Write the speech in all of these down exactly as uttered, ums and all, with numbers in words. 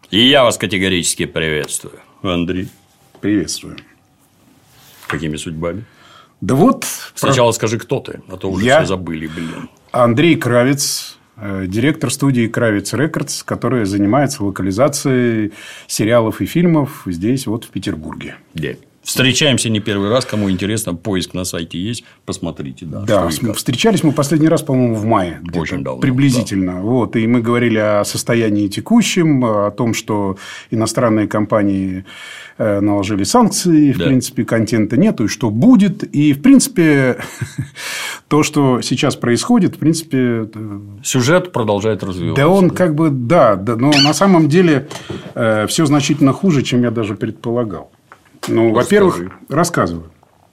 И я вас категорически приветствую. Андрей. Приветствую. Какими судьбами? Да вот. Сначала про... скажи, кто ты, а то уже я... все забыли, блин. Андрей Кравец, директор студии Кравец Рекордс, которая занимается локализацией сериалов и фильмов здесь, вот в Петербурге. Да. Встречаемся не первый раз. Кому интересно, поиск на сайте есть. Посмотрите. Да, да встречались мы последний раз, по-моему, в мае. Очень давно. Приблизительно. Да. Вот, и мы говорили о состоянии текущем, о том, что иностранные компании наложили санкции. В да. принципе, контента нету. И что будет. И, в принципе, то, что сейчас происходит, в принципе... Сюжет продолжает развиваться. Да, он да? как бы... Да, да. Но на самом деле все значительно хуже, чем я даже предполагал. Ну, во-первых, рассказываю.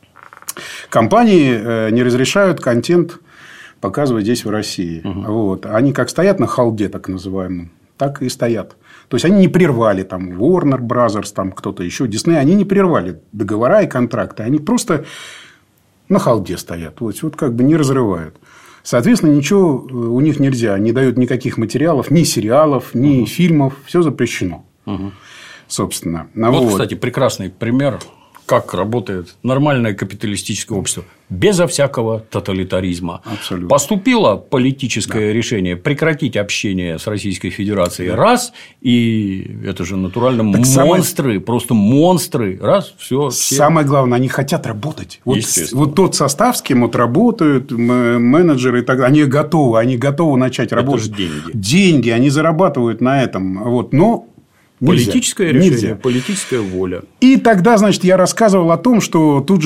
Компании э, не разрешают контент показывать здесь, в России. Угу. Вот. Они как стоят на халде, так называемом, так и стоят. То есть, они не прервали там Warner Brothers, там кто-то еще, Disney, они не прервали договора и контракты. Они просто на халде стоят. Вот, вот как бы не разрывают. Соответственно, ничего у них нельзя. Не дают никаких материалов, ни сериалов, ни угу. фильмов. Все запрещено. Угу. Собственно. Вот, вот, кстати, прекрасный пример, как работает нормальное капиталистическое общество безо всякого тоталитаризма. Абсолютно. Поступило политическое да. решение прекратить общение с Российской Федерацией да. раз, и это же натурально так монстры, самое... просто монстры, раз, все. Самое главное, они хотят работать. Вот, вот тот состав, с кем вот работают менеджеры и так далее, они готовы, они готовы начать работать. Это же деньги. Деньги, они зарабатывают на этом. Вот, но политическое нельзя. решение, нельзя. Политическая воля. И тогда, значит, я рассказывал о том, что тут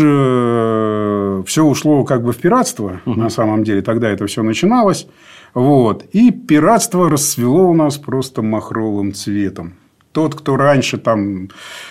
же все ушло как бы в пиратство. Угу. На самом деле, тогда это все начиналось. Вот. И пиратство расцвело у нас просто махровым цветом. Тот, кто раньше там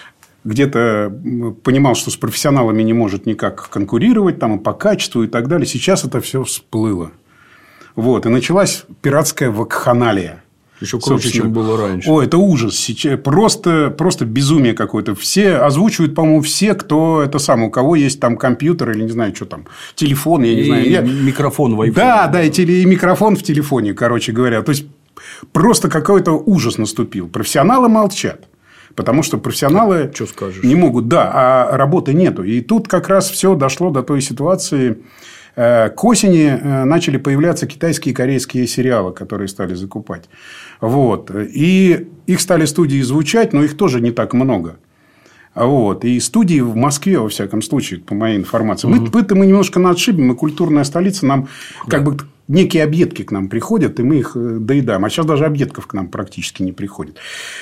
где-то понимал, что с профессионалами не может никак конкурировать там, и по качеству и так далее, сейчас это все всплыло. Вот. И началась пиратская вакханалия. Еще круче, чем было раньше. О, это ужас. Сейчас просто, просто безумие какое-то. Все озвучивают, по-моему, все, кто это сам, у кого есть там компьютер или не знаю, что там, телефон, я не и знаю. Я... Микрофон в айфоне. Да, да, и, теле... и микрофон в телефоне, короче говоря. То есть, просто какой-то ужас наступил. Профессионалы молчат. Потому что профессионалы что скажешь? Не могут, да, а работы нету. И тут как раз все дошло до той ситуации. К осени начали появляться китайские и корейские сериалы, которые стали закупать. Вот. И их стали студии звучать, но их тоже не так много. Вот. И студии в Москве, во всяком случае, по моей информации. Угу. Мы, мы немножко на отшибе, мы культурная столица, нам да. как бы некие объедки к нам приходят, и мы их доедаем. А сейчас даже объедков к нам практически не приходит.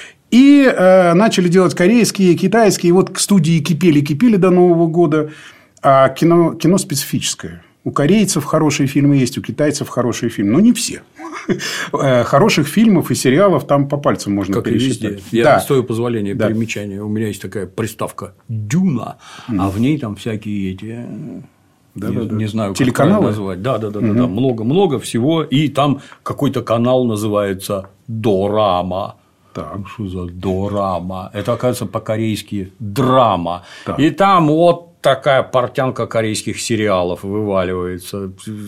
И э, начали делать корейские, китайские. И вот студии кипели-кипели до Нового года. А кино, кино специфическое. У корейцев хорошие фильмы есть, у китайцев хорошие фильмы. Но не все. Хороших фильмов и сериалов там по пальцам можно как пересчитать. Везде. Я, да. с твоего позволения, да. примечание. У меня есть такая приставка «Дюна», mm. а в ней там всякие эти... Да, не, да, да. не знаю, телеканалы? Как назвать. Да, да, да, mm-hmm. да, много-много всего. И там какой-то канал называется «Дорама». Так. Что за дорама? Это, оказывается, по-корейски драма. Так. И там вот такая портянка корейских сериалов вываливается.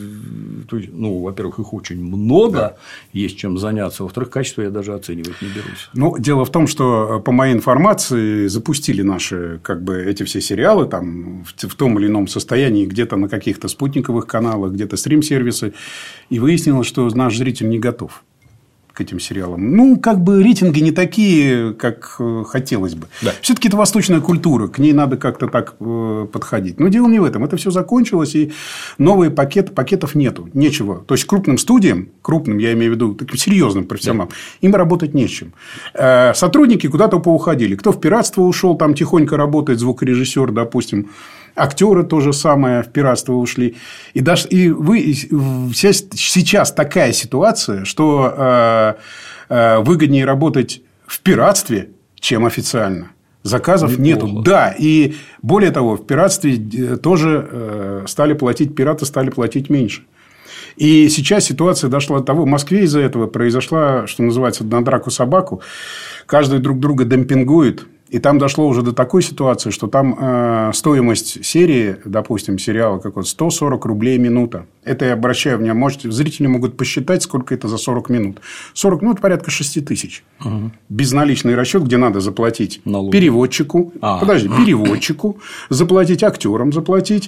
Ну, во-первых, их очень много, да. есть чем заняться. Во-вторых, качество я даже оценивать не берусь. Ну, дело в том, что, по моей информации, запустили наши как бы, эти все сериалы там, в, в том или ином состоянии, где-то на каких-то спутниковых каналах, где-то стрим-сервисы. И выяснилось, что наш зритель не готов к этим сериалам. Ну, как бы рейтинги не такие, как хотелось бы. Да. Все-таки это восточная культура, к ней надо как-то так э, подходить. Но дело не в этом. Это все закончилось, и новые пакеты, пакетов нету. Нечего. То есть, крупным студиям, крупным, я имею в виду, таким серьезным профессионалам, да. им работать нечем. Э, сотрудники куда-то поуходили. Кто в пиратство ушел, там тихонько работает звукорежиссер, допустим. Актеры то же самое в пиратство ушли. И, даже, и вы, и сейчас такая ситуация, что э, э, выгоднее работать в пиратстве, чем официально. Заказов Неплохо. Нету. Да. И более того, в пиратстве тоже э, стали платить, пираты стали платить меньше. И сейчас ситуация дошла до того, в Москве из-за этого произошла, что называется, на драку собаку. Каждый друг друга демпингует. И там дошло уже до такой ситуации, что там э, стоимость серии, допустим, сериала какой-то сто сорок рублей минута. Это я обращаю внимание. Можете, зрители могут посчитать, сколько это за сорок минут. сорок минут порядка шесть тысяч. Угу. Безналичный расчет, где надо заплатить налоги переводчику. А. Подожди, переводчику, заплатить актерам, заплатить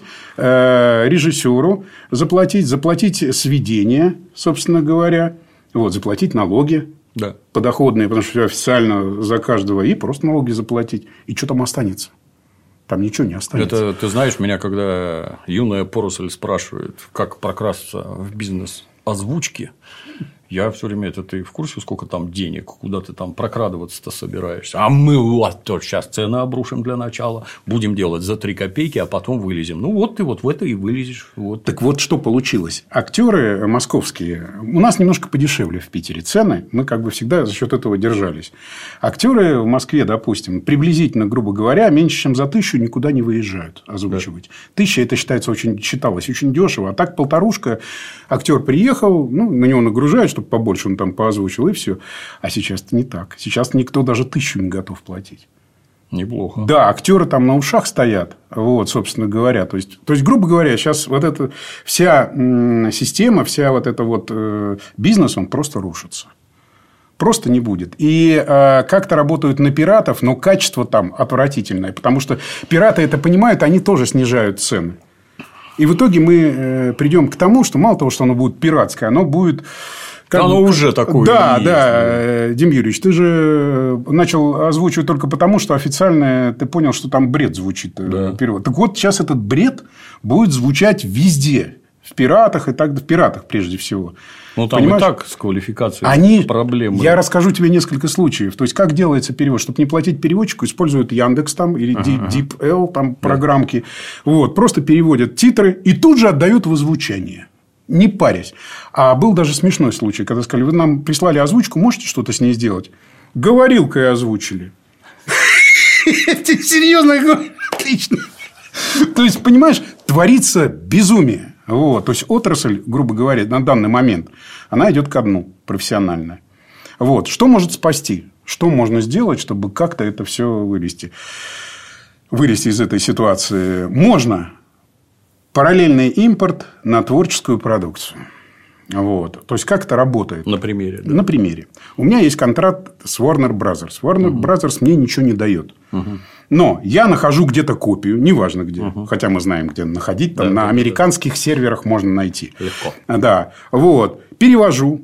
э, режиссеру, заплатить, заплатить сведения, собственно говоря, вот, заплатить налоги. Да. Подоходные, потому что официально за каждого, и просто налоги заплатить. И что там останется? Там ничего не останется. Это, ты знаешь, меня когда юная поросль спрашивает, как прокрасться в бизнес озвучки, я все время, это ты в курсе, сколько там денег, куда ты там прокрадываться-то собираешься? А мы вот то сейчас цены обрушим для начала, будем делать за три копейки, а потом вылезем. Ну, вот ты вот в это и вылезешь. Вот. Так вот, что получилось. Актеры московские, у нас немножко подешевле в Питере цены, мы как бы всегда за счет этого держались. Актеры в Москве, допустим, приблизительно, грубо говоря, меньше, чем за тысячу никуда не выезжают озвучивать. Да. Тысяча, это считается очень, считалось очень дешево, а так полторушка, актер приехал, ну, на него нагружают, чтобы побольше он там поозвучил, и все. А сейчас-то не так. Сейчас никто даже тысячу не готов платить. Неплохо. Да, актеры там на ушах стоят. Вот, собственно говоря. То есть, то есть грубо говоря, сейчас вот эта вся система, вся вот эта вот э, бизнес, он просто рушится. Просто не будет. И э, как-то работают на пиратов, но качество там отвратительное. Потому что пираты это понимают, они тоже снижают цены. И в итоге мы э, придем к тому, что мало того, что оно будет пиратское, оно будет... Как оно бы, уже такое. Да, есть, да, да. Дим Юрьевич, ты же начал озвучивать только потому, что официально ты понял, что там бред звучит. Да. Перевод. Так вот, сейчас этот бред будет звучать везде. В пиратах и так далее. В пиратах прежде всего. Ну, там Понимаешь? И так с квалификацией Они... проблемы. Я расскажу тебе несколько случаев. То есть, как делается перевод. Чтобы не платить переводчику, используют Яндекс там, или ага, DeepL, там, да. программки. Вот. Просто переводят титры и тут же отдают в озвучание. Не парясь. А был даже смешной случай, когда сказали, вы нам прислали озвучку, можете что-то с ней сделать? Говорилкой озвучили. Серьезно, я говорю, отлично. То есть, понимаешь, творится безумие. Вот. То есть, отрасль, грубо говоря, на данный момент, она идет ко дну профессиональная. Вот. Что может спасти? Что можно сделать, чтобы как-то это все вывести? Вылезти из этой ситуации? Можно. Параллельный импорт на творческую продукцию. Вот. То есть, как это работает? На примере. Да. На примере. У меня есть контракт с Warner Brothers. Warner угу. Brothers мне ничего не дает. Угу. Но я нахожу где-то копию, неважно где. Угу. Хотя мы знаем, где находить. Там, да, на да, американских да. серверах можно найти. Легко. Да. Вот. Перевожу.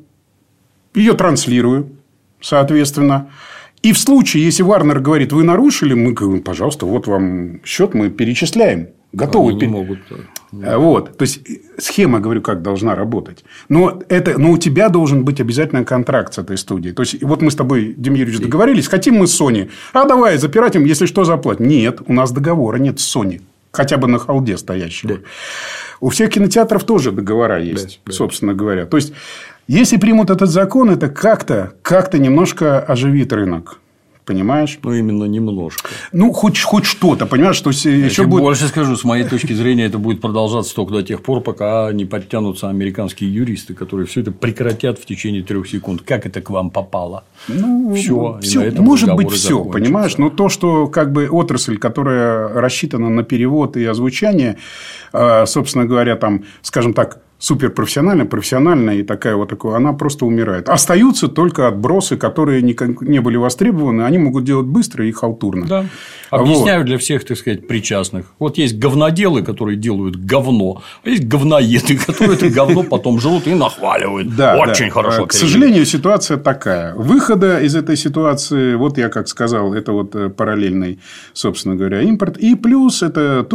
Ее транслирую. Соответственно. И в случае, если Warner говорит, вы нарушили, мы говорим, пожалуйста, вот вам счет, мы перечисляем. Готовы. Они не могут. Вот. То есть, схема, говорю, как должна работать. Но, это, но у тебя должен быть обязательно контракт с этой студией. То есть, вот мы с тобой, Дим Юрьевич, договорились. Хотим мы с Sony. А давай запиратим, если что, заплатим. Нет, у нас договора нет с Sony. Хотя бы на халде стоящего. Да. У всех кинотеатров тоже договора есть, да, собственно да. говоря. То есть, если примут этот закон, это как-то, как-то немножко оживит рынок. Понимаешь? Ну, именно немножко. Ну, хоть, хоть что-то, понимаешь, что я еще тебе будет... больше скажу, с моей точки зрения, это будет продолжаться только до тех пор, пока не подтянутся американские юристы, которые все это прекратят в течение трех секунд. Как это к вам попало? Ну, все. все. Может быть, все, понимаешь? Но то, что как бы отрасль, которая рассчитана на перевод и озвучание, собственно говоря, там, скажем так, суперпрофессиональная, профессиональная и такая вот такая, она просто умирает. Остаются только отбросы, которые не, не были востребованы, они могут делать быстро и халтурно. Да. Объясняю вот. Для всех, так сказать, причастных. Вот есть говноделы, которые делают говно, а есть говноеды, которые это говно потом жрут и нахваливают. Да, очень да. хорошо. К сожалению, ситуация такая. Выхода из этой ситуации, вот я как сказал, это вот параллельный, собственно говоря, импорт. И плюс это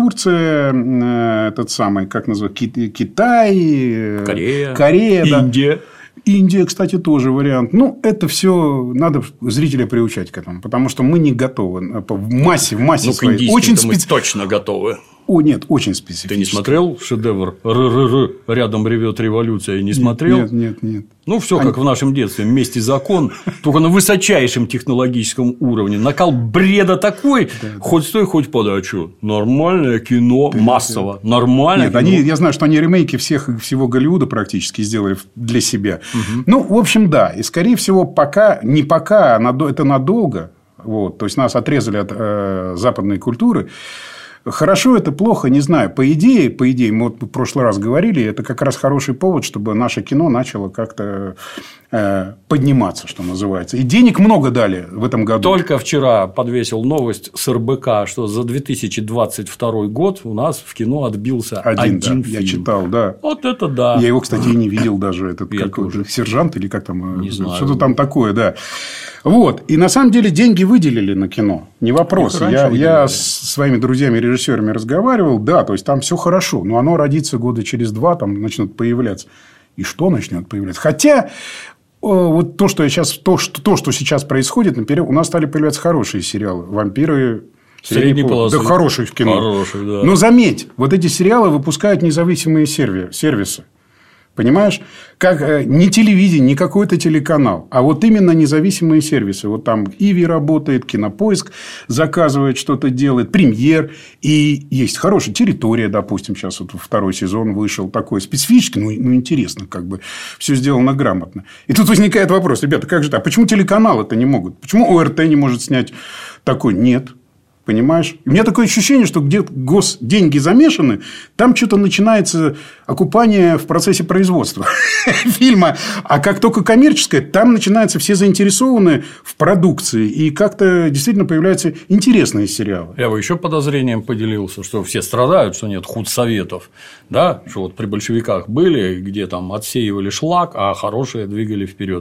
Турция, этот самый, как называется, Китай, Корея, Корея Индия. Да. Индия, кстати, тоже вариант. Ну, это все надо зрителя приучать к этому, потому что мы не готовы в массе, в массе ну, своей. Очень специ... мы точно готовы. О, нет, очень специфично. Ты не смотрел шедевр «Р-р-р», рядом ревет революция, не смотрел? Нет, нет, нет. Ну, все как Они... в нашем детстве. Месть и закон, только на высочайшем технологическом уровне. Накал бреда такой, да, да. хоть стой, хоть подачу. Нормальное кино, да, массово. Да. Нормальное Нет, кино. Они, я знаю, что они ремейки всех, всего Голливуда практически сделали для себя. Угу. Ну, в общем, да. И, скорее всего, пока, не пока, а это надолго. Вот. То есть, нас отрезали от э, западной культуры. Хорошо это, плохо, не знаю. По идее, по идее, мы вот в прошлый раз говорили, это как раз хороший повод, чтобы наше кино начало как-то э, подниматься, что называется. И денег много дали в этом году. Только вчера подвесил новость с эр бэ ка, что за две тысячи двадцать второй год у нас в кино отбился один, один да, фильм. Я читал, да. Вот это да. Я его, кстати, и не видел даже. Этот какой-то сержант или как там. Не знаю. Что-то там такое, да. Вот. И на самом деле деньги выделили на кино. Не вопрос. Я, я с своими друзьями-режиссерами разговаривал. Да, то есть там все хорошо. Но оно родится года через два, там начнут появляться. И что начнет появляться? Хотя вот то, что я сейчас, то, что, то, что сейчас происходит, например, у нас стали появляться хорошие сериалы. Вампиры. Средней полосы. Да, хорошие в кино. Хорошие, да. Но заметь, вот эти сериалы выпускают независимые серви, сервисы. Понимаешь? Как э, не телевидение, не какой-то телеканал, а вот именно независимые сервисы. Вот там Иви работает, Кинопоиск заказывает, что-то делает, Премьер. И есть хорошая территория, допустим, сейчас вот второй сезон вышел такой специфический, ну, ну интересно, как бы все сделано грамотно. И тут возникает вопрос, ребята, как же так? Почему телеканалы-то не могут? Почему о эр тэ не может снять такой? Нет. Понимаешь? У меня такое ощущение, что где госденьги замешаны, там что-то начинается окупание в процессе производства фильма. А как только коммерческое, там начинаются все заинтересованы в продукции. И как-то действительно появляются интересные сериалы. Я бы еще подозрением поделился, что все страдают, что нет худсоветов. Да? Что вот при большевиках были, где там отсеивали шлак, а хорошие двигали вперед.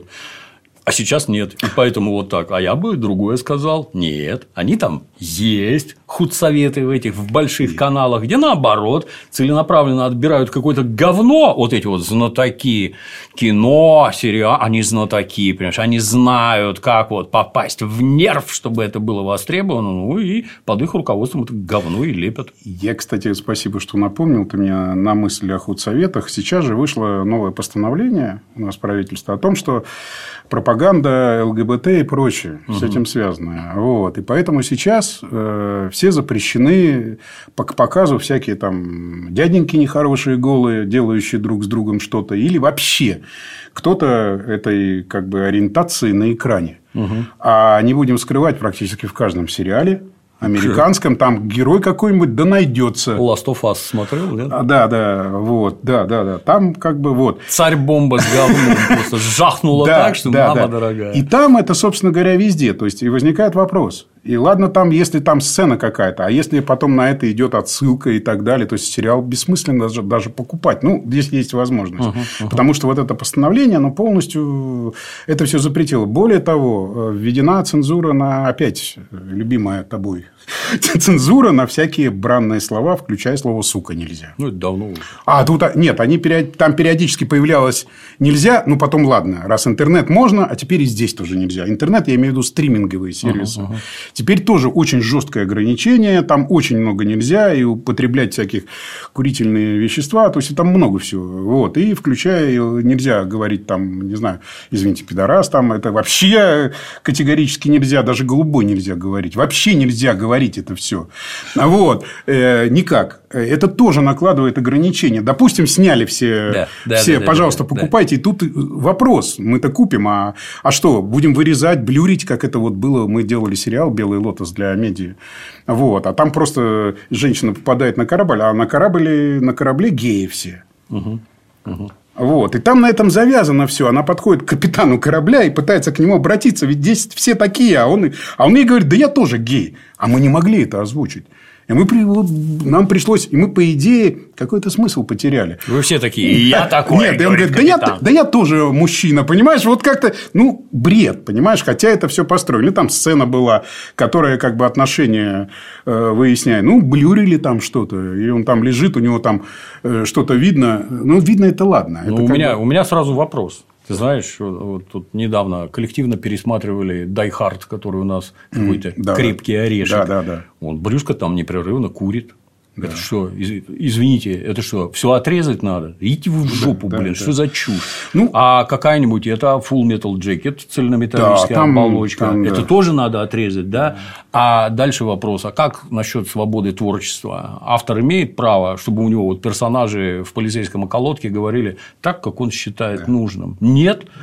А сейчас нет. И поэтому вот так. А я бы другое сказал. Нет. Они там есть худсоветы в этих в больших нет. каналах, где наоборот целенаправленно отбирают какое-то говно. Вот эти вот знатоки кино, сериал. Они знатоки, понимаешь? Они знают, как вот попасть в нерв, чтобы это было востребовано. Ну и под их руководством это говно и лепят. Я, кстати, спасибо, что напомнил ты меня на мысли о худсоветах. Сейчас же вышло новое постановление у нас правительства о том, что пропаганда эл гэ бэ тэ и прочее угу. с этим связанное. Вот. И поэтому сейчас э, все запрещены по показу всякие там дяденьки нехорошие голые, делающие друг с другом что-то, или вообще кто-то этой как бы ориентации на экране. Угу. А не будем скрывать, практически в каждом сериале американском, там герой какой-нибудь да найдется. Last of Us смотрел, нет? А, да, да, вот, да, да, да. Там как бы вот. Царь-бомба с говном просто жахнула так, что мама дорогая. И там это, собственно говоря, везде. То есть, и возникает вопрос. И ладно, там, если там сцена какая-то, а если потом на это идет отсылка и так далее, то есть сериал бессмысленно даже, даже покупать. Ну, здесь есть возможность. Uh-huh, uh-huh. Потому что вот это постановление, оно полностью это все запретило. Более того, введена цензура на, опять, любимая тобой, цензура на всякие бранные слова, включая слово «сука» нельзя. Ну, это давно уже. А тут нет, они, там периодически появлялось нельзя, ну, потом ладно, раз интернет можно, а теперь и здесь тоже нельзя. Интернет, я имею в виду стриминговые сервисы. Uh-huh, uh-huh. Теперь тоже очень жесткое ограничение, там очень много нельзя, и употреблять всяких курительные вещества, то есть там много всего. Вот. И включая нельзя говорить там, не знаю, извините, пидорас, там это вообще категорически нельзя, даже голубой нельзя говорить. Вообще нельзя говорить это все. Вот. Э, никак. Это тоже накладывает ограничения. Допустим, сняли все, да, все да, пожалуйста, да, да, покупайте. И тут вопрос. Мы-то купим, а, а что, будем вырезать, блюрить, как это вот было, мы делали сериал «Белый лотос» для медиа. Вот. А там просто женщина попадает на корабль, а на корабле, на корабле геи все. Угу. Угу. Вот. И там на этом завязано все. Она подходит к капитану корабля и пытается к нему обратиться. Ведь здесь все такие. А он, а он ей говорит, да я тоже гей. А мы не могли это озвучить. И мы, вот, нам пришлось, и мы, по идее, какой-то смысл потеряли. Вы все такие, и я такой. Нет, он говорит, да я, да я тоже мужчина, понимаешь? Вот как-то, ну, бред, понимаешь? Хотя это все построили. Там сцена была, которая как бы отношения э, выясняет. Ну, блюрили там что-то. И он там лежит, у него там э, что-то видно. Ну, видно, это ладно. Ну, это у, меня, бы... у меня сразу вопрос. Ты знаешь, вот тут недавно коллективно пересматривали Die Hard, который у нас mm, какой-то да, крепкий орешек. Да, да, да. Он брюшко там непрерывно курит. Да. Это что, извините, это что, все отрезать надо? Идите вы в жопу, да, блин, да, что да. за чушь? Ну, а какая-нибудь, это Full Metal Jacket, цельнометаллическая да, там, оболочка, там, это да. тоже надо отрезать, да? да? А дальше вопрос, а как насчет свободы творчества? Автор имеет право, чтобы у него вот персонажи в полицейском околотке говорили так, как он считает да. нужным? Нет.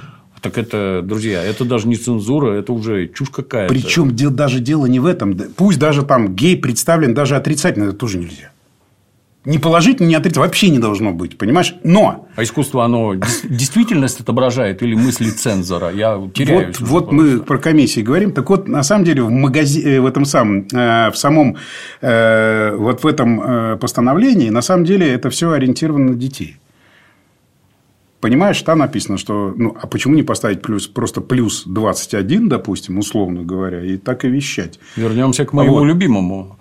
Так это, друзья, это даже не цензура, это уже чушь какая-то. Причем даже дело не в этом. Пусть даже там гей представлен даже отрицательно, это тоже нельзя. Ни положительно, ни отрицательно вообще не должно быть, понимаешь? Но... А искусство, оно действительность отображает или мысли цензора? Я теряюсь. Вот, вот мы про комиссии говорим. Так вот, на самом деле, в, магази... в этом самом, в самом вот в этом постановлении, на самом деле, это все ориентировано на детей. Понимаешь, там написано, что... Ну, а почему не поставить плюс, просто плюс двадцать один, допустим, условно говоря, и так и вещать? Вернемся к моему а вот. любимому.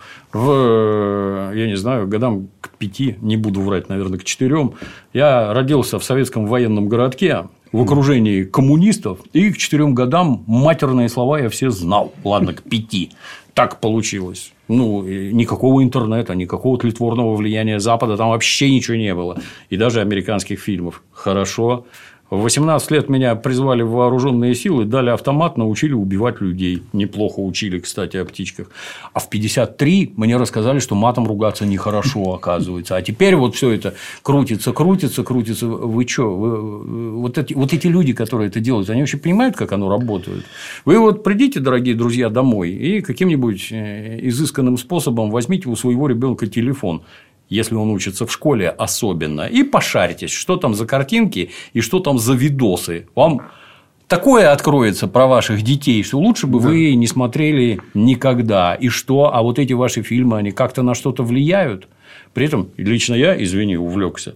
В, я не знаю, годам к пяти, не буду врать, наверное, к четырем, я родился в советском военном городке в окружении коммунистов, и к четырем годам матерные слова я все знал. Ладно, к пяти. Так получилось. Ну, никакого интернета, никакого тлетворного влияния Запада там вообще ничего не было. И даже американских фильмов. Хорошо. В восемнадцать лет меня призвали в вооруженные силы, дали автомат, научили убивать людей. Неплохо учили, кстати, о птичках. А в пятьдесят три мне рассказали, что матом ругаться нехорошо, оказывается. А теперь вот все это крутится, крутится, крутится. Вы что? Вы... Вот, эти... вот эти люди, которые это делают, они вообще понимают, как оно работает? Вы вот придите, дорогие друзья, домой и каким-нибудь изысканным способом возьмите у своего ребенка телефон. Если он учится в школе особенно, и пошаритесь, что там за картинки и что там за видосы. Вам такое откроется про ваших детей, что лучше бы да. вы не смотрели никогда. И что? А вот эти ваши фильмы, они как-то на что-то влияют? При этом, лично я, извини, увлекся,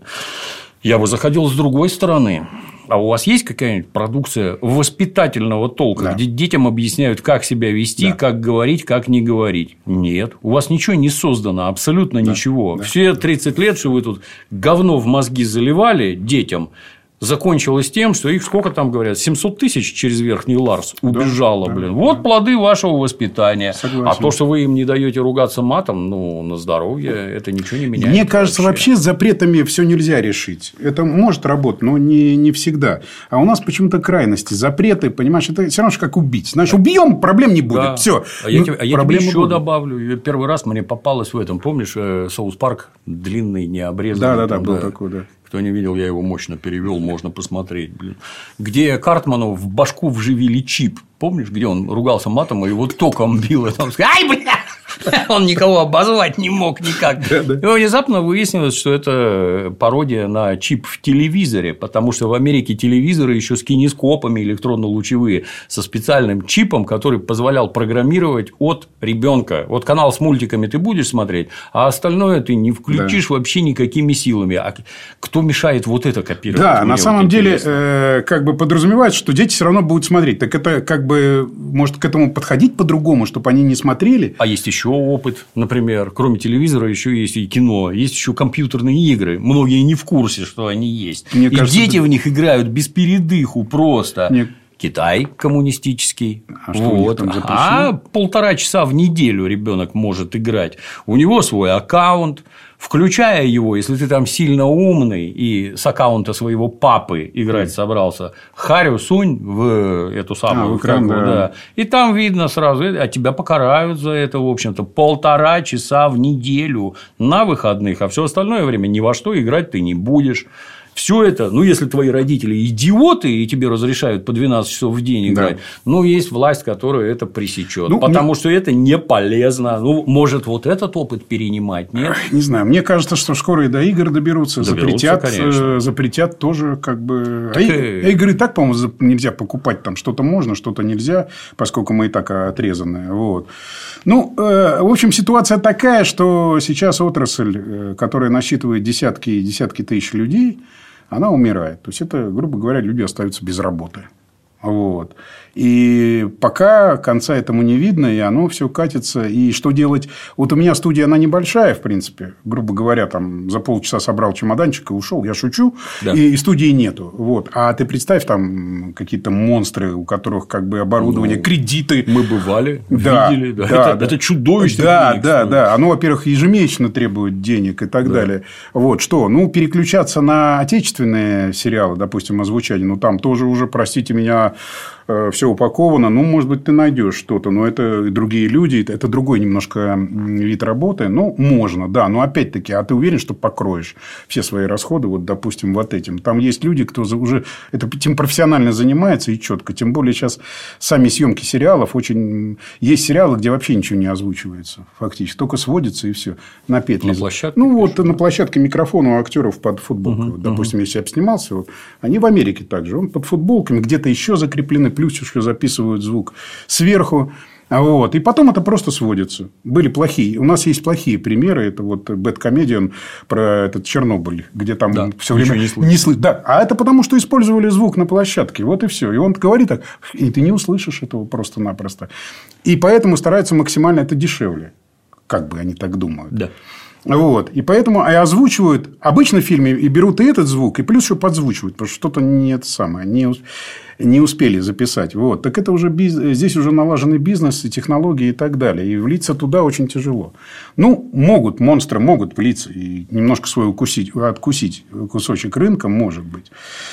я бы заходил с другой стороны. А у вас есть какая-нибудь продукция воспитательного толка, да. где детям объясняют, как себя вести, да. как говорить, как не говорить? Нет. У вас ничего не создано, абсолютно да. ничего. Да. Все тридцать лет, что вы тут говно в мозги заливали детям, закончилось тем, что их сколько там говорят, семьсот тысяч через Верхний Ларс убежало, да, блин. Да, вот да. плоды вашего воспитания. Согласен. А то, что вы им не даете ругаться матом, ну, на здоровье, это ничего не меняет. Мне кажется, вообще, вообще с запретами все нельзя решить. Это может работать, но не, не всегда. А у нас почему-то крайности. Запреты, понимаешь, это все равно же как убить. Значит, убьем, проблем не будет. Да. Все. А я, ну, тебе, а я тебе еще будут. добавлю. Первый раз мне попалось в этом, помнишь, Соус Парк длинный, необрезанный. Да, да, да, был да. такой, да. Кто не видел, я его мощно перевел, можно посмотреть. Блин. Где Картману в башку вживили чип. Помнишь, где он ругался матом, и его током бил. И там... Ай, бля! Он никого обозвать не мог никак. Да, да. И внезапно выяснилось, что это пародия на чип в телевизоре, потому что в Америке телевизоры еще с кинескопами электронно-лучевые, со специальным чипом, который позволял программировать от ребенка. Вот канал с мультиками ты будешь смотреть, а остальное ты не включишь да. вообще никакими силами. А кто мешает вот это копировать? Да, на самом вот деле, э, как бы подразумевается, что дети все равно будут смотреть. Так это как бы может к этому подходить по-другому, чтобы они не смотрели. А есть еще опыт, например, кроме телевизора еще есть и кино, есть еще компьютерные игры. Многие не в курсе, что они есть. Мне и кажется, дети это... в них играют без передыху просто. Мне... Китай коммунистический. А, что вот. Там а полтора часа в неделю ребенок может играть. У него свой аккаунт. Включая его, если ты там сильно умный и с аккаунта своего папы играть собрался, харю сунь в эту самую а, в экран, да. Да, и там видно сразу, а тебя покарают за это, в общем-то, полтора часа в неделю на выходных, а все остальное время ни во что играть ты не будешь. Все это, ну, если твои родители идиоты и тебе разрешают по двенадцать часов в день играть, да. ну, есть власть, которая это пресечет, ну, потому мне... что это не полезно. Ну, может, вот этот опыт перенимать, нет? Не знаю. Мне кажется, что скоро и до игр доберутся, доберутся запретят, запретят тоже как бы. Так... А игры так, по-моему, нельзя покупать, там что-то можно, что-то нельзя, поскольку мы и так отрезаны. Вот. Ну, э, в общем, ситуация такая, что сейчас отрасль, которая насчитывает десятки и десятки тысяч людей, она умирает. То есть, это, грубо говоря, люди остаются без работы. Вот. И пока конца этому не видно, и оно все катится. И что делать? Вот у меня студия, она небольшая, в принципе. Грубо говоря, там за полчаса собрал чемоданчик и ушел. Я шучу. Да. И, и студии нету. Вот. А ты представь, там какие-то монстры, у которых как бы оборудование, ну, кредиты. Мы бывали, да, видели. Да. Да, это, да. это чудовищно. Да, да, да. Оно, во-первых, ежемесячно требует денег и так да. далее. Вот. Что? Ну, переключаться на отечественные сериалы, допустим, озвучание. Ну, там тоже уже, простите меня, все упаковано. Ну, может быть, ты найдешь что-то, но это другие люди, это другой немножко вид работы. Ну, можно, да. Но опять-таки, а ты уверен, что покроешь все свои расходы, вот, допустим, вот этим? Там есть люди, кто уже этим профессионально занимается и четко. Тем более, сейчас сами съемки сериалов очень... Есть сериалы, где вообще ничего не озвучивается, фактически. Только сводится и все. На петли. На площадке? Ну, вот на площадке микрофон у актеров под футболкой. Угу, допустим, угу. если я бы снимался, вот, они в Америке также. Он под футболками где-то еще закреплены, плюс еще записывают звук сверху. Вот. И потом это просто сводится. Были плохие. У нас есть плохие примеры. Это вот Бэдкомедиан про этот Чернобыль, где там да, все время не слышно. Не слышно. Да. А это потому, что использовали звук на площадке. Вот и все. И он говорит так, и ты не услышишь этого просто-напросто. И поэтому стараются максимально это дешевле. Как бы они так думают. Да. Вот. И поэтому и озвучивают обычно в фильме и берут и этот звук, и плюс еще подзвучивают, потому что что-то не это самое, не, не успели записать. Вот. Так это уже бизнес, здесь уже налаженный бизнес и технологии и так далее. И влиться туда очень тяжело. Ну, могут, монстры могут влиться и немножко свой укусить, откусить кусочек рынка, может быть.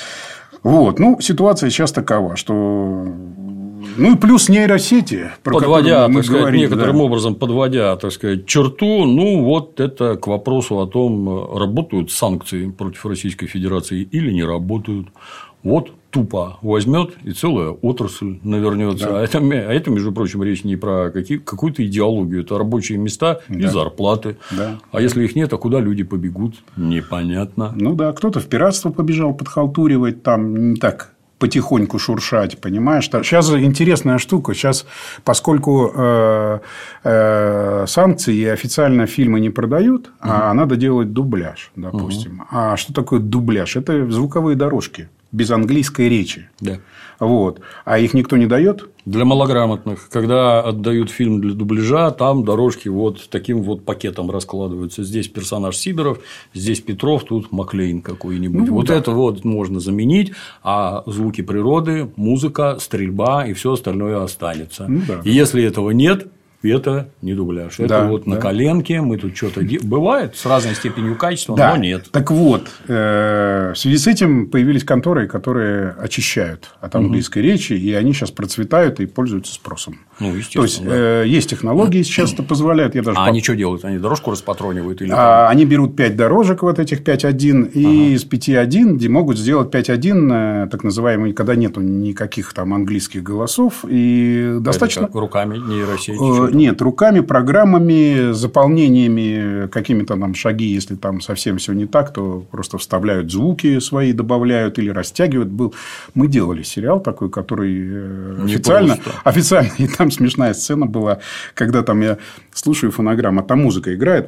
Вот. Ну, ситуация сейчас такова, что... Ну, и плюс нейросети, про подводя, мы так сказать, говорили, некоторым да. образом, подводя, так сказать, черту, ну, вот это к вопросу о том, работают санкции против Российской Федерации или не работают. Вот тупо возьмет и целая отрасль навернется. Да. А, это, а это, между прочим, речь не про какие, какую-то идеологию, это рабочие места да. и зарплаты. Да. А если их нет, а куда люди побегут, непонятно. Ну да, кто-то в пиратство побежал подхалтуривать, там не так потихоньку шуршать, понимаешь? Сейчас же интересная штука. Сейчас, поскольку э, э, санкции официально фильмы не продают, угу. а надо делать дубляж, допустим. Угу. А что такое дубляж? Это звуковые дорожки без английской речи. Да. Вот. А их никто не дает? Для малограмотных. Когда отдают фильм для дубляжа, там дорожки вот таким вот пакетом раскладываются. Здесь персонаж Сидоров, здесь Петров, тут Маклейн какой-нибудь. Ну, вот да. это вот можно заменить, а звуки природы, музыка, стрельба и все остальное останется. Ну, да. И если этого нет, это не дубляж. Это да, вот да. на коленке, мы тут что-то делаем. Бывает с разной степенью качества, да. но нет. Так вот, в связи с этим появились конторы, которые очищают от английской угу. речи, и они сейчас процветают и пользуются спросом. Ну, То есть, да. есть технологии сейчас это позволяют. Я даже а по... они что делают? Они дорожку распатронивают? Или а, они берут пять дорожек, вот этих пять один, и ага. из пяти один могут сделать пять один, так называемый, когда нету никаких там английских голосов. И это достаточно... как? Руками, нейросети? Нет, руками, программами, заполнениями, какими-то там шаги, если там совсем все не так, то просто вставляют звуки свои, добавляют или растягивают. Был... Мы делали сериал такой, который официально, официально, и там смешная сцена была, когда там я слушаю фонограмму, а там музыка играет,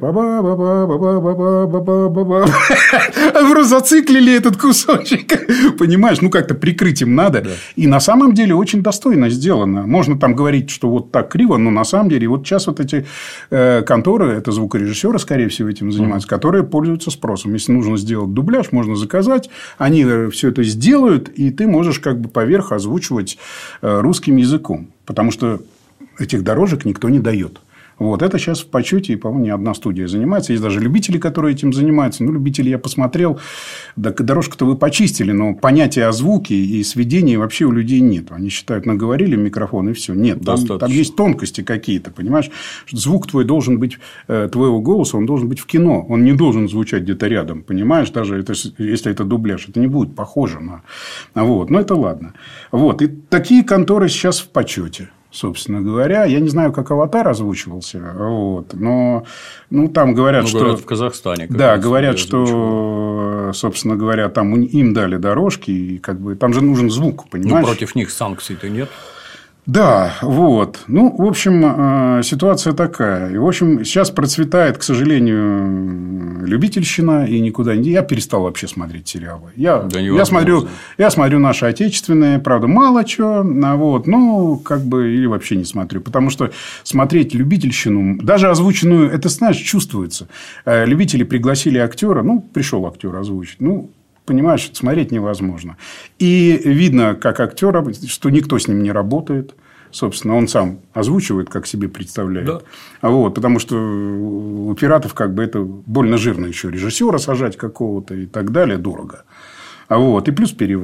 просто зациклили этот кусочек, понимаешь, ну как-то прикрыть им надо, и на самом деле очень достойно сделано. Можно там говорить, что вот так криво, но на самом деле, вот сейчас вот эти э, конторы, это звукорежиссеры, скорее всего, этим занимаются, mm-hmm. которые пользуются спросом. Если нужно сделать дубляж, можно заказать, они все это сделают, и ты можешь как бы поверх озвучивать э, русским языком, потому что этих дорожек никто не дает. Вот. Это сейчас в почете, и, по-моему, не одна студия занимается. Есть даже любители, которые этим занимаются. Ну, любители я посмотрел. Да, дорожку-то вы почистили, но понятия о звуке и сведении вообще у людей нет. Они считают, наговорили в микрофон, и все. Нет, там, там есть тонкости какие-то, понимаешь? Звук твой должен быть, твоего голоса, он должен быть в кино. Он не должен звучать где-то рядом, понимаешь? Даже это, если это дубляж, это не будет похоже на... Вот. Но это ладно. Вот. И такие конторы сейчас в почете. Собственно говоря, я не знаю, как «Аватар» озвучивался, вот, но ну, там говорят, ну, что... Говорят, в Казахстане. Да, говорят, что, собственно говоря, там им дали дорожки, и как бы там же нужен звук, понимаешь? Ну, против них санкций-то нет. Да, вот. Ну, в общем, ситуация такая. И, в общем, сейчас процветает, к сожалению, любительщина, и никуда не... Я перестал вообще смотреть сериалы. Я, да я, смотрю, я смотрю наши отечественные, правда, мало чего, вот, ну, как бы, или вообще не смотрю. Потому что смотреть любительщину, даже озвученную, это, знаешь, чувствуется. Любители пригласили актера, ну, пришел актер озвучить, ну, понимаешь, смотреть невозможно. И видно, как актера, что никто с ним не работает. Собственно, он сам озвучивает, как себе представляет. Да. Вот, потому что у пиратов как бы это больно жирно еще режиссера сажать какого-то и так далее, дорого. Вот, и плюс перевод.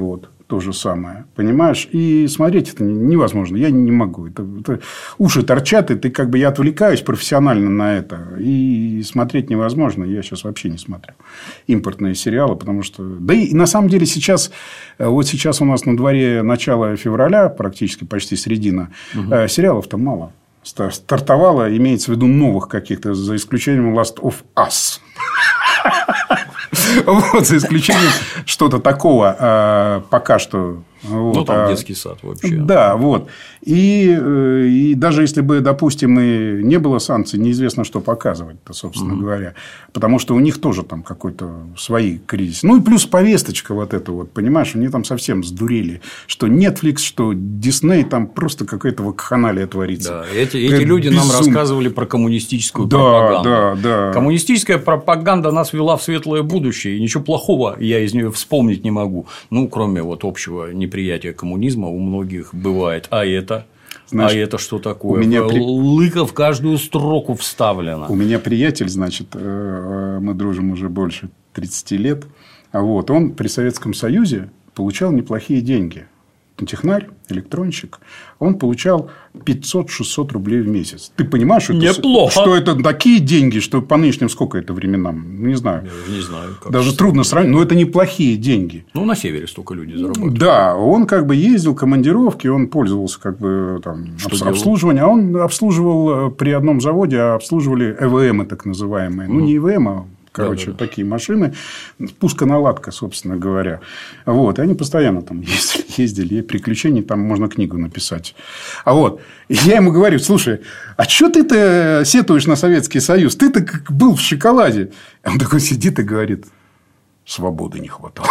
то же самое, понимаешь? И смотреть это невозможно. Я не могу. Это, это уши торчат, и ты как бы я отвлекаюсь профессионально на это. И смотреть невозможно. Я сейчас вообще не смотрю импортные сериалы, потому что... Да и на самом деле сейчас... Вот сейчас у нас на дворе начало февраля, практически почти середина. Угу. Сериалов-то мало. Стартовало, имеется в виду новых каких-то, за исключением Last of Us. Вот, за исключением что-то такого а, пока что. Вот, ну, там а, детский сад вообще. Да, вот. И, и даже если бы, допустим, и не было санкций, неизвестно, что показывать-то, собственно mm-hmm. говоря. Потому что у них тоже там какой-то свои кризисы. Ну, и плюс повесточка вот эта вот, понимаешь, они там совсем сдурели. Что Netflix, что Disney, там просто какая-то вакханалия творится. Да, эти, эти люди безум... нам рассказывали про коммунистическую да, пропаганду. Да, да. Коммунистическая пропаганда нас вела в светлое будущее. И ничего плохого я из нее вспомнить не могу. Ну, кроме вот общего неприятия коммунизма у многих бывает. А это? Значит, а это что такое? У меня при... Лыка в каждую строку вставлена. У меня приятель, значит, мы дружим уже больше тридцати лет. Вот, он при Советском Союзе получал неплохие деньги. Технарь, электронщик, он получал пятьсот-шестьсот рублей в месяц. Ты понимаешь, что это, что это такие деньги, что по нынешним сколько это временам? Не знаю. Я не знаю. Как Даже это трудно сравнить, но это неплохие деньги. Ну, на севере столько людей зарабатывают. Да, он как бы ездил, командировки, он пользовался как бы там обслуживанием. А он обслуживал при одном заводе, а обслуживали э вэ эмы так называемые. Ну, не э вэ эм, а короче, да, да, да. такие машины, пусконаладка, собственно говоря. Вот, и они постоянно там ездили, ездили, и приключений, там можно книгу написать. А вот, и я ему говорю, слушай, а что ты-то сетуешь на Советский Союз? Ты-то как был в шоколаде. Он такой сидит и говорит, свободы не хватало.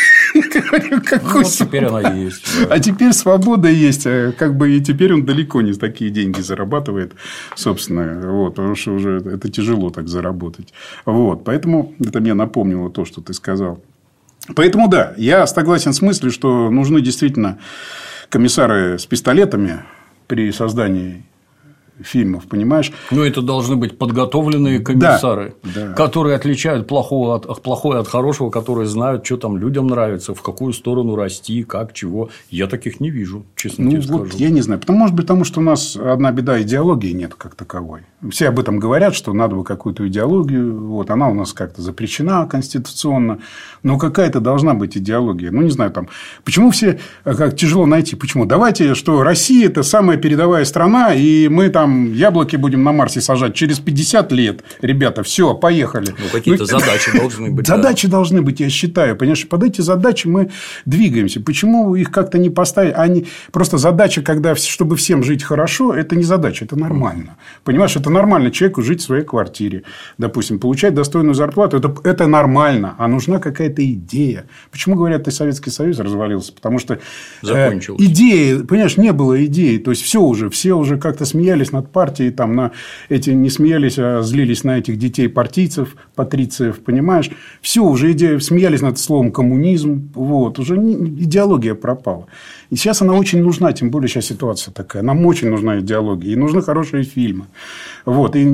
Говорю, ну, вот теперь она есть. Да. А теперь свобода есть. Как бы и теперь он далеко не такие деньги зарабатывает, собственно. Вот, потому что уже это тяжело так заработать. Вот, поэтому это мне напомнило то, что ты сказал. Поэтому да, я согласен с мыслью, что нужны действительно комиссары с пистолетами при создании фильмов, понимаешь? Ну, это должны быть подготовленные комиссары, да, да. которые отличают плохого от, плохое от хорошего, которые знают, что там людям нравится, в какую сторону расти, как, чего. Я таких не вижу, честно ну, тебе вот скажу. Я не знаю. Потому, может быть, потому что у нас одна беда, идеологии нет как таковой. Все об этом говорят, что надо бы какую-то идеологию. Вот, она у нас как-то запрещена конституционно. Но какая-то должна быть идеология. Ну, не знаю, там. Почему все как тяжело найти? Почему? Давайте, что Россия – это самая передовая страна, и мы там яблоки будем на Марсе сажать через пятьдесят лет. Ребята, все, поехали. Ну, какие-то ну, задачи должны быть. Задачи да. должны быть, я считаю. Понимаешь, под эти задачи мы двигаемся. Почему их как-то не поставить? Они... Просто задача, когда, чтобы всем жить хорошо, это не задача, это нормально. Понимаешь, это нормально человеку жить в своей квартире. Допустим, получать достойную зарплату. Это, это нормально. А нужна какая-то идея. Почему говорят, что Советский Союз развалился? Потому что э, идеи, понимаешь, не было идеи. То есть, все уже, все уже как-то смеялись над партией, там, на эти не смеялись, а злились на этих детей партийцев, патрициев, понимаешь? Все, уже идея, смеялись над словом коммунизм, вот, уже не, идеология пропала. И сейчас она очень нужна, тем более сейчас ситуация такая, нам очень нужна идеология, и нужны хорошие фильмы. Вот, и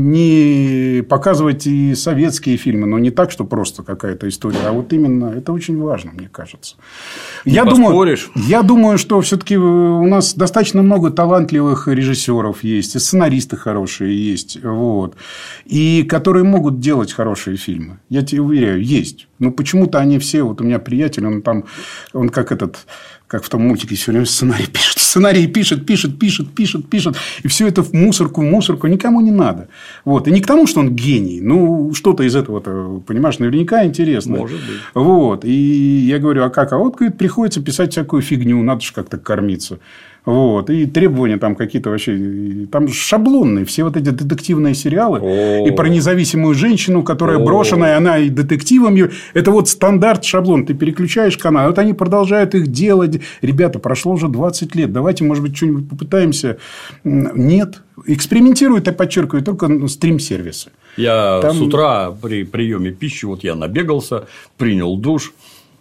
не показывать и советские фильмы, но не так, что просто какая-то история, а вот именно это очень важно, мне кажется. Не я поспоришь. думаю, я думаю, что все-таки у нас достаточно много талантливых режиссеров есть, и сценаристы хорошие есть, вот, и которые могут делать хорошие фильмы. Я тебе уверяю, есть. Но почему-то они все, вот у меня приятель, он там, он как этот, как в том мультике, все время сценарий пишет, сценарий пишет, пишет, пишет, пишет, пишет, и все это в мусорку, в мусорку, никому не надо. Вот. И не к тому, что он гений, ну, что-то из этого, понимаешь, наверняка интересно. Может быть. Вот. И я говорю, а как? А вот, говорит, приходится писать всякую фигню, надо же как-то кормиться. Вот. И требования там какие-то вообще... Там шаблонные. Все вот эти детективные сериалы. О-о-о. И про независимую женщину, которая О-о-о. брошенная, она и детективом... Это вот стандарт, шаблон. Ты переключаешь канал. Вот они продолжают их делать. Ребята, прошло уже двадцать лет. Давайте, может быть, что-нибудь попытаемся. Нет. Экспериментируют, я подчеркиваю, только стрим-сервисы. Я там... с утра при приеме пищи, вот я набегался, принял душ.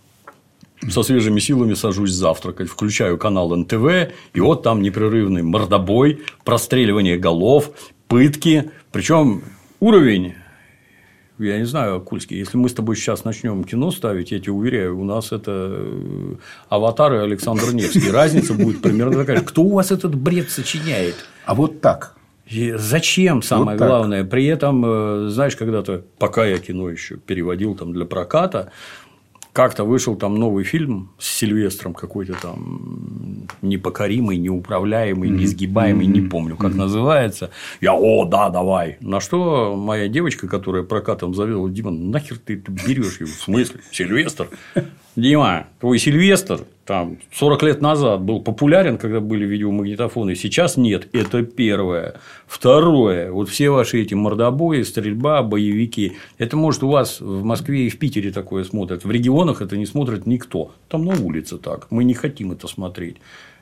Со свежими силами сажусь завтракать, включаю канал эн тэ вэ, и вот там непрерывный мордобой, простреливание голов, пытки. Причем уровень я не знаю, Кульский, если мы с тобой сейчас начнем кино ставить, я тебе уверяю, у нас это «Аватар» и Александр Невский. Разница будет примерно такая. Кто у вас этот бред сочиняет? А вот так. И зачем, самое вот главное? При этом, знаешь, когда-то, пока я кино еще переводил там для проката, как-то вышел там новый фильм с Сильвестром, какой-то там непокоримый, неуправляемый, mm-hmm. несгибаемый, mm-hmm. не помню, как mm-hmm. называется. Я, о, да, давай. На что моя девочка, которая прокатом завела: Дима, нахер ты это берешь? В смысле? Сильвестр? Дима, твой Сильвестр там сорок лет назад был популярен, когда были видеомагнитофоны, сейчас нет. Это первое. Второе. Вот все ваши эти мордобои, стрельба, боевики. Это, может, у вас в Москве и в Питере такое смотрят. В регионах это не смотрит никто. Там на улице так. Мы не хотим это смотреть.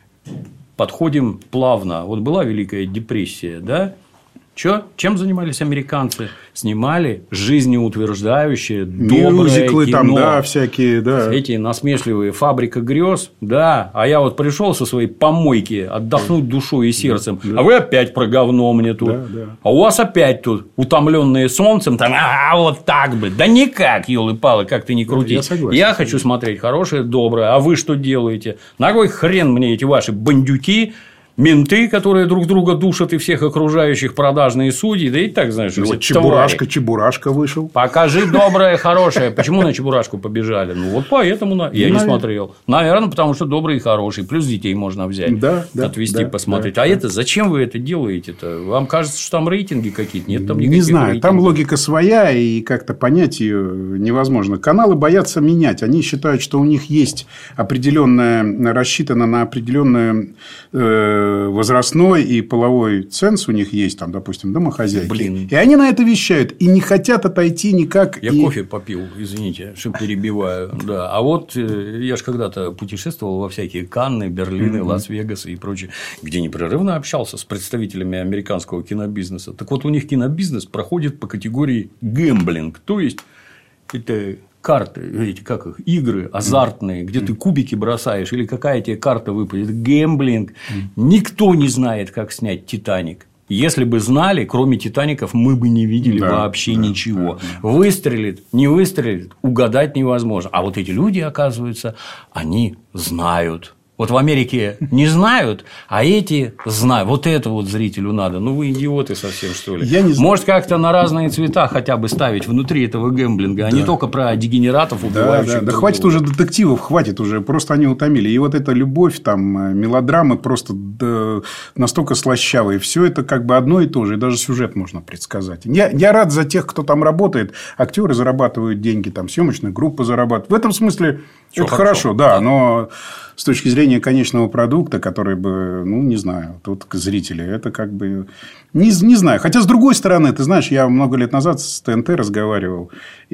Подходим плавно. Вот была Великая депрессия, да? Чё? Чем занимались американцы? Снимали жизнеутверждающее, доброе мюзиклы кино. Там, да, всякие, да. Эти насмешливые «Фабрика грез», да. А я вот пришел со своей помойки отдохнуть душой и сердцем, да. А вы опять про говно мне тут. Да, да. А у вас опять тут утомленные солнцем, там, а вот так бы. Да никак, ёлы-палы, как ты ни крути. Я, согласен, я хочу смотреть хорошее, доброе. А вы что делаете? На кой хрен мне эти ваши бандюки? Менты, которые друг друга душат, и всех окружающих, продажные судьи, да и так, знаешь, вот Чебурашка, Чебурашка вышел. Покажи доброе, хорошее. Почему на Чебурашку побежали? Ну, вот поэтому на... я не смотрел. Наверное, потому что добрый и хороший. Плюс детей можно взять, да, да, отвезти, да, посмотреть. Да, а да. это зачем вы это делаете-то? Вам кажется, что там рейтинги какие-то? Нет, там никаких Не знаю, рейтингов. Там логика своя, и как-то понять ее невозможно. Каналы боятся менять. Они считают, что у них есть определенная, рассчитано на определенное возрастной и половой ценз у них есть, там, допустим, домохозяйки. Блин. И они на это вещают. И не хотят отойти никак. Я и... кофе попил, извините, что перебиваю. Да. А вот я же когда-то путешествовал во всякие Канны, Берлины, mm-hmm. Лас-Вегасы и прочее, где непрерывно общался с представителями американского кинобизнеса. Так вот, у них кинобизнес проходит по категории гэмблинг. То есть, это... карты, эти, как их, игры азартные, где ты кубики бросаешь, или какая тебе карта выпадет, гэмблинг. Никто не знает, как снять «Титаник». Если бы знали, кроме «Титаников» мы бы не видели да, вообще да, ничего. Да, да. Выстрелит, не выстрелит, угадать невозможно. А вот эти люди, оказывается, они знают. Вот в Америке не знают, а эти знают. Вот это вот зрителю надо. Ну, вы идиоты совсем, что ли? Я не знаю. Может, как-то на разные цвета хотя бы ставить внутри этого гэмблинга, а да. не только про дегенератов, убивающих. Да, да. да хватит уже детективов, хватит уже. Просто они утомили. И вот эта любовь, там, мелодрамы просто да, настолько слащавые. Все это как бы одно и то же. И даже сюжет можно предсказать. Я, я рад за тех, кто там работает. Актеры зарабатывают деньги, там, съемочная группа зарабатывает. В этом смысле Все это хорошо, хорошо да, да. Но с точки зрения конечного продукта, который бы, ну, не знаю, тут зрители, это как бы... Не, не знаю. Хотя, с другой стороны, ты знаешь, я много лет назад с ТНТ разговаривал,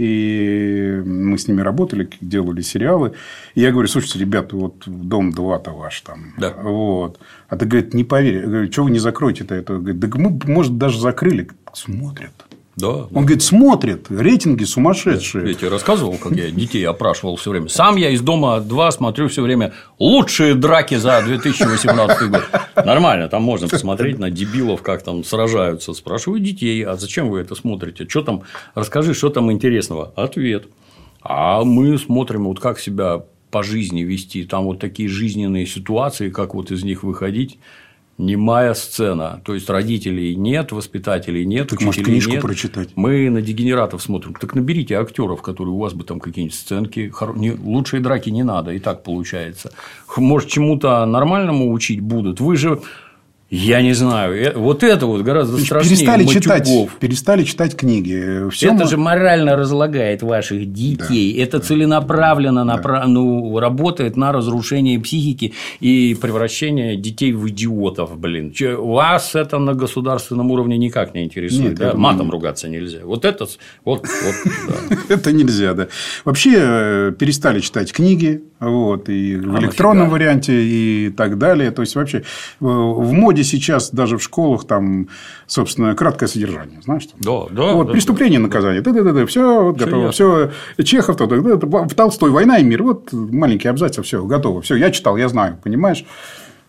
и мы с ними работали, делали сериалы. И я говорю: слушайте, ребята, вот «Дом-два»-то ваш там. Да. Вот. А ты, говорит, не поверь. Я говорю: что вы не закроете-то это? Говорит: да мы, может, даже закрыли. Смотрят. Да, Он да. говорит, смотрит, рейтинги сумасшедшие. Я тебе рассказывал, как я детей опрашивал все время. Сам я из «Дома-два» смотрю все время лучшие драки за две тысячи восемнадцатый год. Нормально, там можно посмотреть на дебилов, как там сражаются. Спрашиваю детей: а зачем вы это смотрите? Что там? Расскажи, что там интересного? Ответ: а мы смотрим, вот как себя по жизни вести. Там вот такие жизненные ситуации, как вот из них выходить. Немая сцена. То есть, родителей нет, воспитателей нет, так, учителей может, книжку нет. Прочитать. Мы на дегенератов смотрим. Так наберите актеров, которые у вас бы там какие-нибудь сценки. Лучшие драки не надо, и так получается. Может, чему-то нормальному учить будут. Вы же. Я не знаю. Вот это вот гораздо страшнее перестали читать, перестали читать книги. Все это мы... же морально разлагает ваших детей. Да, это да, целенаправленно да. Напра... ну, работает на разрушение психики и превращение детей в идиотов. Блин. Вас это на государственном уровне никак не интересует. Нет, да? Матом не... ругаться нельзя. Вот это. Вот, вот, это нельзя, да. Вообще перестали читать книги. Вот, и в электронном варианте, и так далее. То есть, вообще в моде сейчас даже в школах там, собственно, краткое содержание. Знаешь, там? Да, да. Вот, да, преступление, да, наказание. Да, да, да, да, все, вот, готово. Все. Чехов, то, в Толстой «Война и мир». Вот маленький абзац, все готово. Все, я читал, я знаю, понимаешь?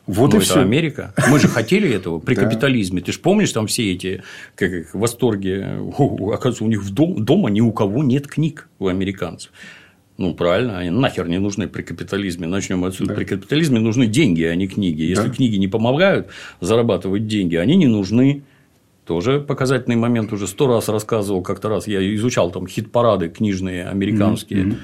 Вот ну, и это все. Америка. Мы же хотели этого при капитализме. Ты же помнишь там все эти как их, восторги? О, оказывается, у них в дом, дома ни у кого нет книг у американцев. Ну, правильно, они нахер не нужны при капитализме. Начнем отсюда. Да. При капитализме нужны деньги, а не книги. Если да. книги не помогают зарабатывать деньги, они не нужны. Тоже показательный момент, уже сто раз рассказывал, как-то раз я изучал там хит-парады книжные американские. Mm-hmm.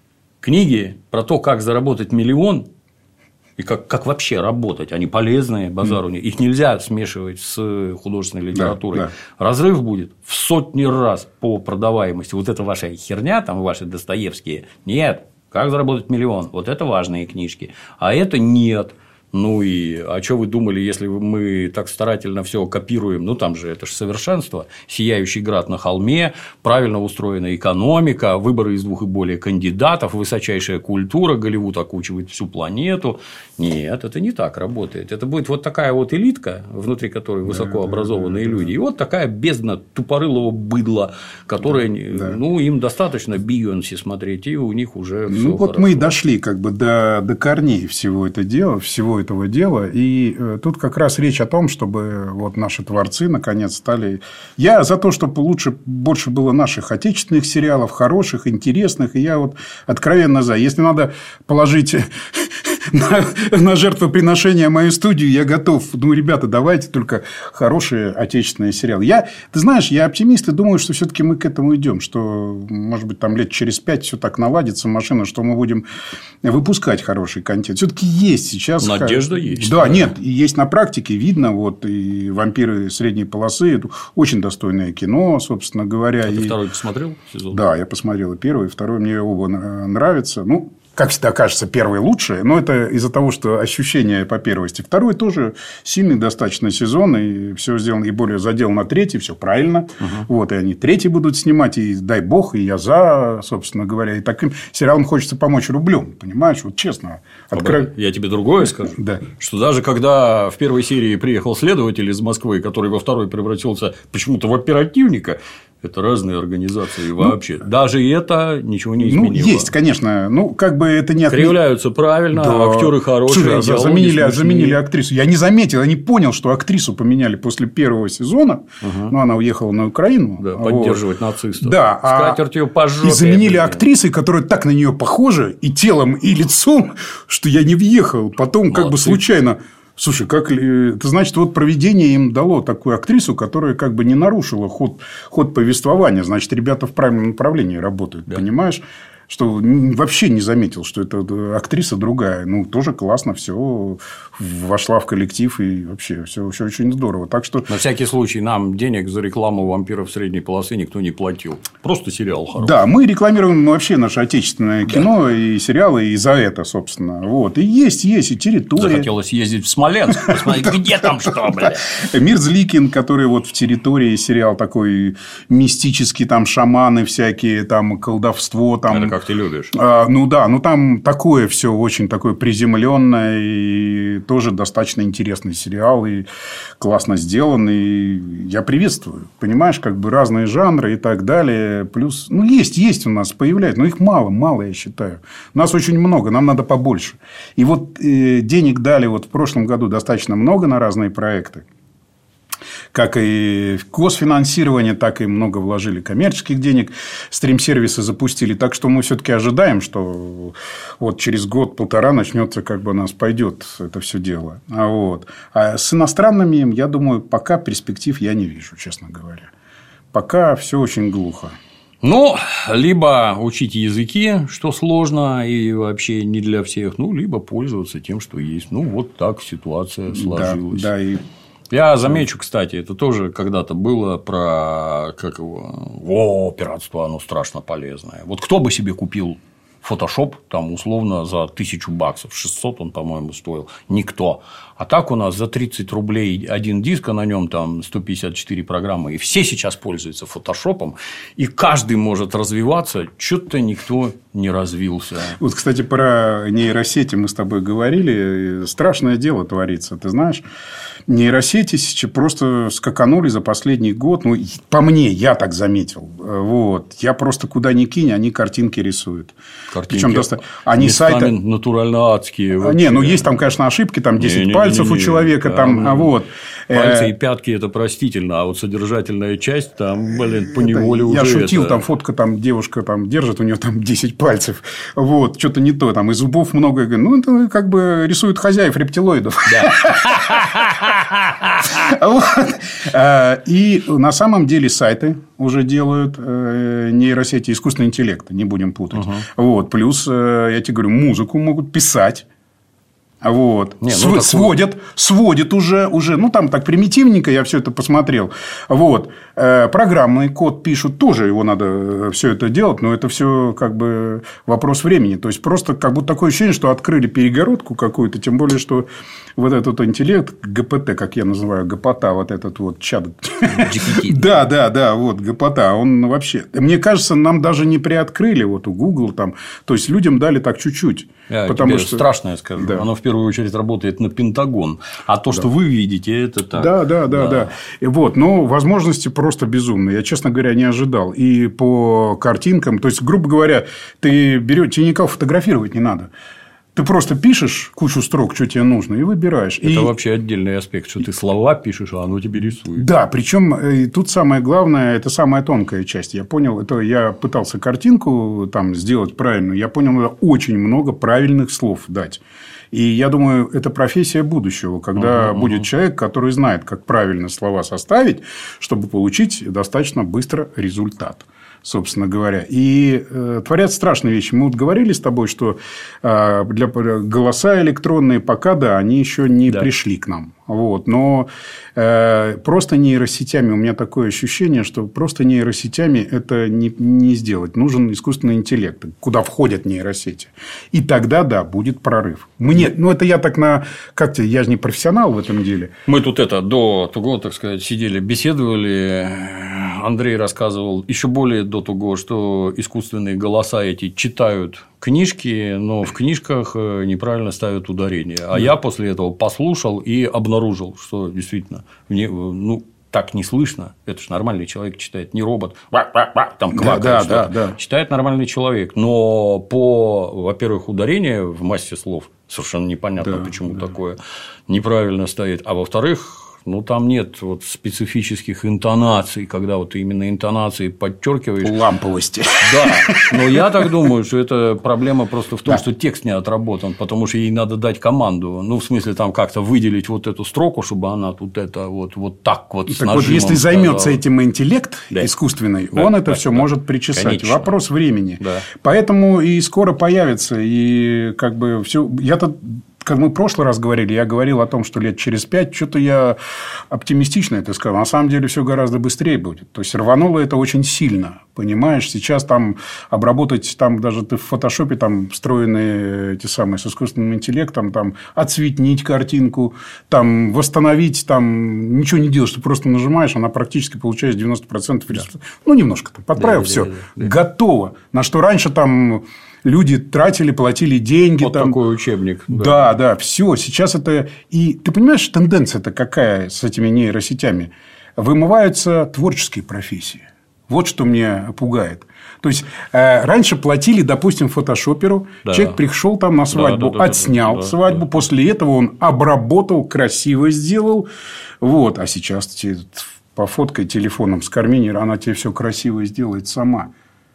Книги про то, как заработать миллион и как, как вообще работать, они полезные, базар у них. Их нельзя смешивать с художественной литературой. Да, да. Разрыв будет в сотни раз по продаваемости. Вот это ваша херня, там ваши Достоевские. Нет. Как заработать миллион? Вот это важные книжки. А это нет. Ну и а что вы думали, если мы так старательно все копируем? Ну там же это же совершенство, сияющий град на холме, правильно устроена экономика, выборы из двух и более кандидатов, высочайшая культура, Голливуд окучивает всю планету. Нет, это не так работает. Это будет вот такая вот элитка, внутри которой высокообразованные да, да, да, люди, и вот такая бездна тупорылого быдла, которая, да, ну им достаточно Бейонсе смотреть, и у них уже все ну вот хорошо. Мы и дошли как бы до, до корней всего этого дела, всего этого дела. И тут как раз речь о том, чтобы вот наши творцы наконец стали... Я за то, чтобы лучше, больше было наших отечественных сериалов, хороших, интересных. И я вот откровенно за. Если надо положить на, на жертвоприношение мою студию, я готов. Ну, ребята, давайте только хорошие отечественные сериалы. Я, ты знаешь, я оптимист и думаю, что все-таки мы к этому идем. Что, может быть, там лет через пять все так наладится машина, что мы будем выпускать хороший контент. Все-таки есть сейчас... Надежда есть. Да, да, нет, есть на практике, видно, вот и «Вампиры средней полосы» – это очень достойное кино, собственно говоря. А и... ты второй посмотрел сезон? Да, я посмотрел и первый, и второй, мне оба нравятся. Ну, как всегда кажется, первый лучше, но это из-за того, что ощущение по первости. Второй тоже сильный достаточно сезон, и все сделано, и более задел на третий, все правильно. Угу. Вот, и они третий будут снимать, и дай бог, и я за, собственно говоря. И таким сериалам хочется помочь рублем, понимаешь, вот честно. Откро... Я тебе другое скажу, да. Что даже когда в первой серии приехал следователь из Москвы, который во второй превратился почему-то в оперативника, это разные организации вообще. Ну, даже это ничего не изменило. Ну, есть, конечно. Ну, как бы это не... Кривляются правильно, да. Актеры хорошие. Слушай, заменили, заменили актрису. Я не заметил, я не понял, что актрису поменяли после первого сезона. Угу. Ну, она уехала на Украину. Да, поддерживать вот. нацистов. Да. Скатертью по жопе. И заменили актрисой, которая так на нее похожа и телом, и лицом, что я не въехал. Потом, Молодцы. как бы случайно... Слушай, как это значит, вот провидение им дало такую актрису, которая как бы не нарушила ход, ход повествования. Значит, ребята в правильном направлении работают, да. Понимаешь? Что вообще не заметил, что это актриса другая. Ну, тоже классно, все вошла в коллектив, и вообще все, все очень здорово. Так что... На всякий случай, нам денег за рекламу «Вампиров средней полосы» никто не платил. Просто сериал хороший. Да, мы рекламируем вообще наше отечественное кино, да. И сериалы, и за это, собственно. Вот. И есть, есть, и территория. Захотелось ездить в Смоленск, посмотреть, где там что, блядь. Мирзликин, который вот в территории сериал такой мистический, там шаманы всякие, там колдовство, там. Это как ты любишь. А, ну да, ну там такое все очень такое приземленное и тоже достаточно интересный сериал и классно сделан, и я приветствую, понимаешь, как бы разные жанры и так далее, плюс, ну есть, есть у нас появляется, но их мало, мало я считаю, у нас очень много, нам надо побольше, и вот э, денег дали вот в прошлом году достаточно много на разные проекты. Как и госфинансирование, так и много вложили коммерческих денег, стрим-сервисы запустили. Так что мы все-таки ожидаем, что вот через год-полтора начнется, как бы у нас пойдет это все дело. А, вот. А с иностранными, я думаю, пока перспектив я не вижу, честно говоря. Пока все очень глухо. Ну, либо учить языки, что сложно и вообще не для всех, ну, либо пользоваться тем, что есть. Ну, вот так ситуация сложилась. Да, да, и... Я замечу, кстати, это тоже когда-то было про как его, о, пиратство, оно страшно полезное. Вот кто бы себе купил Photoshop там условно за тысячу баксов, шестьсот он, по-моему, стоил, никто. А так у нас за тридцать рублей один диск, а на нем там сто пятьдесят четыре программы, и все сейчас пользуются фотошопом, и каждый может развиваться, что-то никто не развился. Вот, кстати, про нейросети мы с тобой говорили, страшное дело творится, ты знаешь. Нейросети сейчас просто скаканули за последний год. Ну, по мне, я так заметил. Вот. Я просто куда ни кинь, они картинки рисуют. картинки. Причем доста... они сайты натурально адские. Вообще. Не, ну есть там, конечно, ошибки, там десять не, не, пальцев не, не, не, у человека, да, там, а вот. Пальцы и пятки это простительно, а вот содержательная часть там, блин, по неволе уже. Я шутил, это... там фотка, там девушка там держит, у нее там десять пальцев, вот, что-то не то, там и зубов много, ну это как бы рисуют хозяев рептилоидов. И на самом деле сайты уже делают нейросети, искусственный интеллект, не будем путать. Вот, плюс я тебе говорю, музыку могут писать. Вот. Не, ну, Св- сводят, сводят уже, уже, ну, там так примитивненько, я все это посмотрел. Вот. Э, программный код пишут, тоже его надо все это делать, но это все как бы вопрос времени. То есть, просто как будто такое ощущение, что открыли перегородку какую-то, тем более, что вот этот интеллект, ГПТ, как я называю, ГПТа, вот этот вот чат. джи пи ти. Да, да, да, вот ГПТа, он вообще... Мне кажется, нам даже не приоткрыли вот у Google там, то есть, людям дали так чуть-чуть. Я потому тебе что... страшное скажу. Да. Оно в первую очередь работает на Пентагон. А то, что да. вы видите, это так. Да, да, да, да. да. И вот, но возможности просто безумные. Я, честно говоря, не ожидал. И по картинкам, то есть, грубо говоря, ты берешь, тебе никого фотографировать не надо. Ты просто пишешь кучу строк, что тебе нужно, и выбираешь. Это и... вообще отдельный аспект, что ты слова пишешь, а оно тебе рисует. Да, причем тут самое главное, это самая тонкая часть. Я понял, это я пытался картинку там сделать правильную, я понял, надо очень много правильных слов дать. И я думаю, это профессия будущего, когда uh-huh, будет uh-huh. человек, который знает, как правильно слова составить, чтобы получить достаточно быстро результат. Собственно говоря. И э, творят страшные вещи. Мы вот говорили с тобой, что э, для голоса электронные пока, да, они еще не да. пришли к нам. Вот. Но э, просто нейросетями, у меня такое ощущение, что просто нейросетями это не, не сделать. Нужен искусственный интеллект, куда входят нейросети. И тогда, да, будет прорыв. Мне, ну, это я так на... Как тебе? Я же не профессионал в этом деле. Мы тут это до того, так сказать, сидели, беседовали. Андрей рассказывал еще более до того, что искусственные голоса эти читают книжки, но в книжках неправильно ставят ударение. А да. я после этого послушал и обнаружил, что действительно ну, так не слышно. Это же нормальный человек читает, не робот. Там квакает, да, да, да. Читает нормальный человек. Но по, во-первых, ударение в массе слов совершенно непонятно, да, почему да. такое неправильно стоит. А во-вторых, ну, там нет вот специфических интонаций, когда вот ты именно интонации подчеркиваешь. Ламповости. Да. Но я так думаю, что это проблема просто в том, да. что текст не отработан, потому что ей надо дать команду. Ну, в смысле, там как-то выделить вот эту строку, чтобы она тут это вот, вот так вот с так нажимом. Вот, если займется этим интеллект да. искусственный, да. он да. это да. все да. может причесать. Конечно. Вопрос времени. Да. Поэтому и скоро появится. И как бы все. Я-то. Как мы в прошлый раз говорили, я говорил о том, что лет через пять, что-то я оптимистично это сказал. На самом деле, все гораздо быстрее будет. То есть, рвануло это очень сильно. Понимаешь, сейчас там обработать, там даже ты в фотошопе там встроенные эти самые с искусственным интеллектом, там отцветнить картинку, там восстановить, там ничего не делаешь, ты просто нажимаешь, она практически получает девяносто процентов результата. Да. Ну, немножко там подправил, да, все. Да, да, да. Готово. На что раньше там люди тратили, платили деньги. Вот там... такой учебник. Да, да, да, все. Сейчас это... И ты понимаешь, тенденция-то какая с этими нейросетями? Вымываются творческие профессии. Вот что меня пугает. То есть, э, раньше платили, допустим, фотошоперу. Да. Человек пришел там на свадьбу, да, да, да, отснял да, да, свадьбу. Да. После этого он обработал, красиво сделал. Вот. А сейчас ты пофоткай телефоном с карминера, она тебе все красиво сделает сама.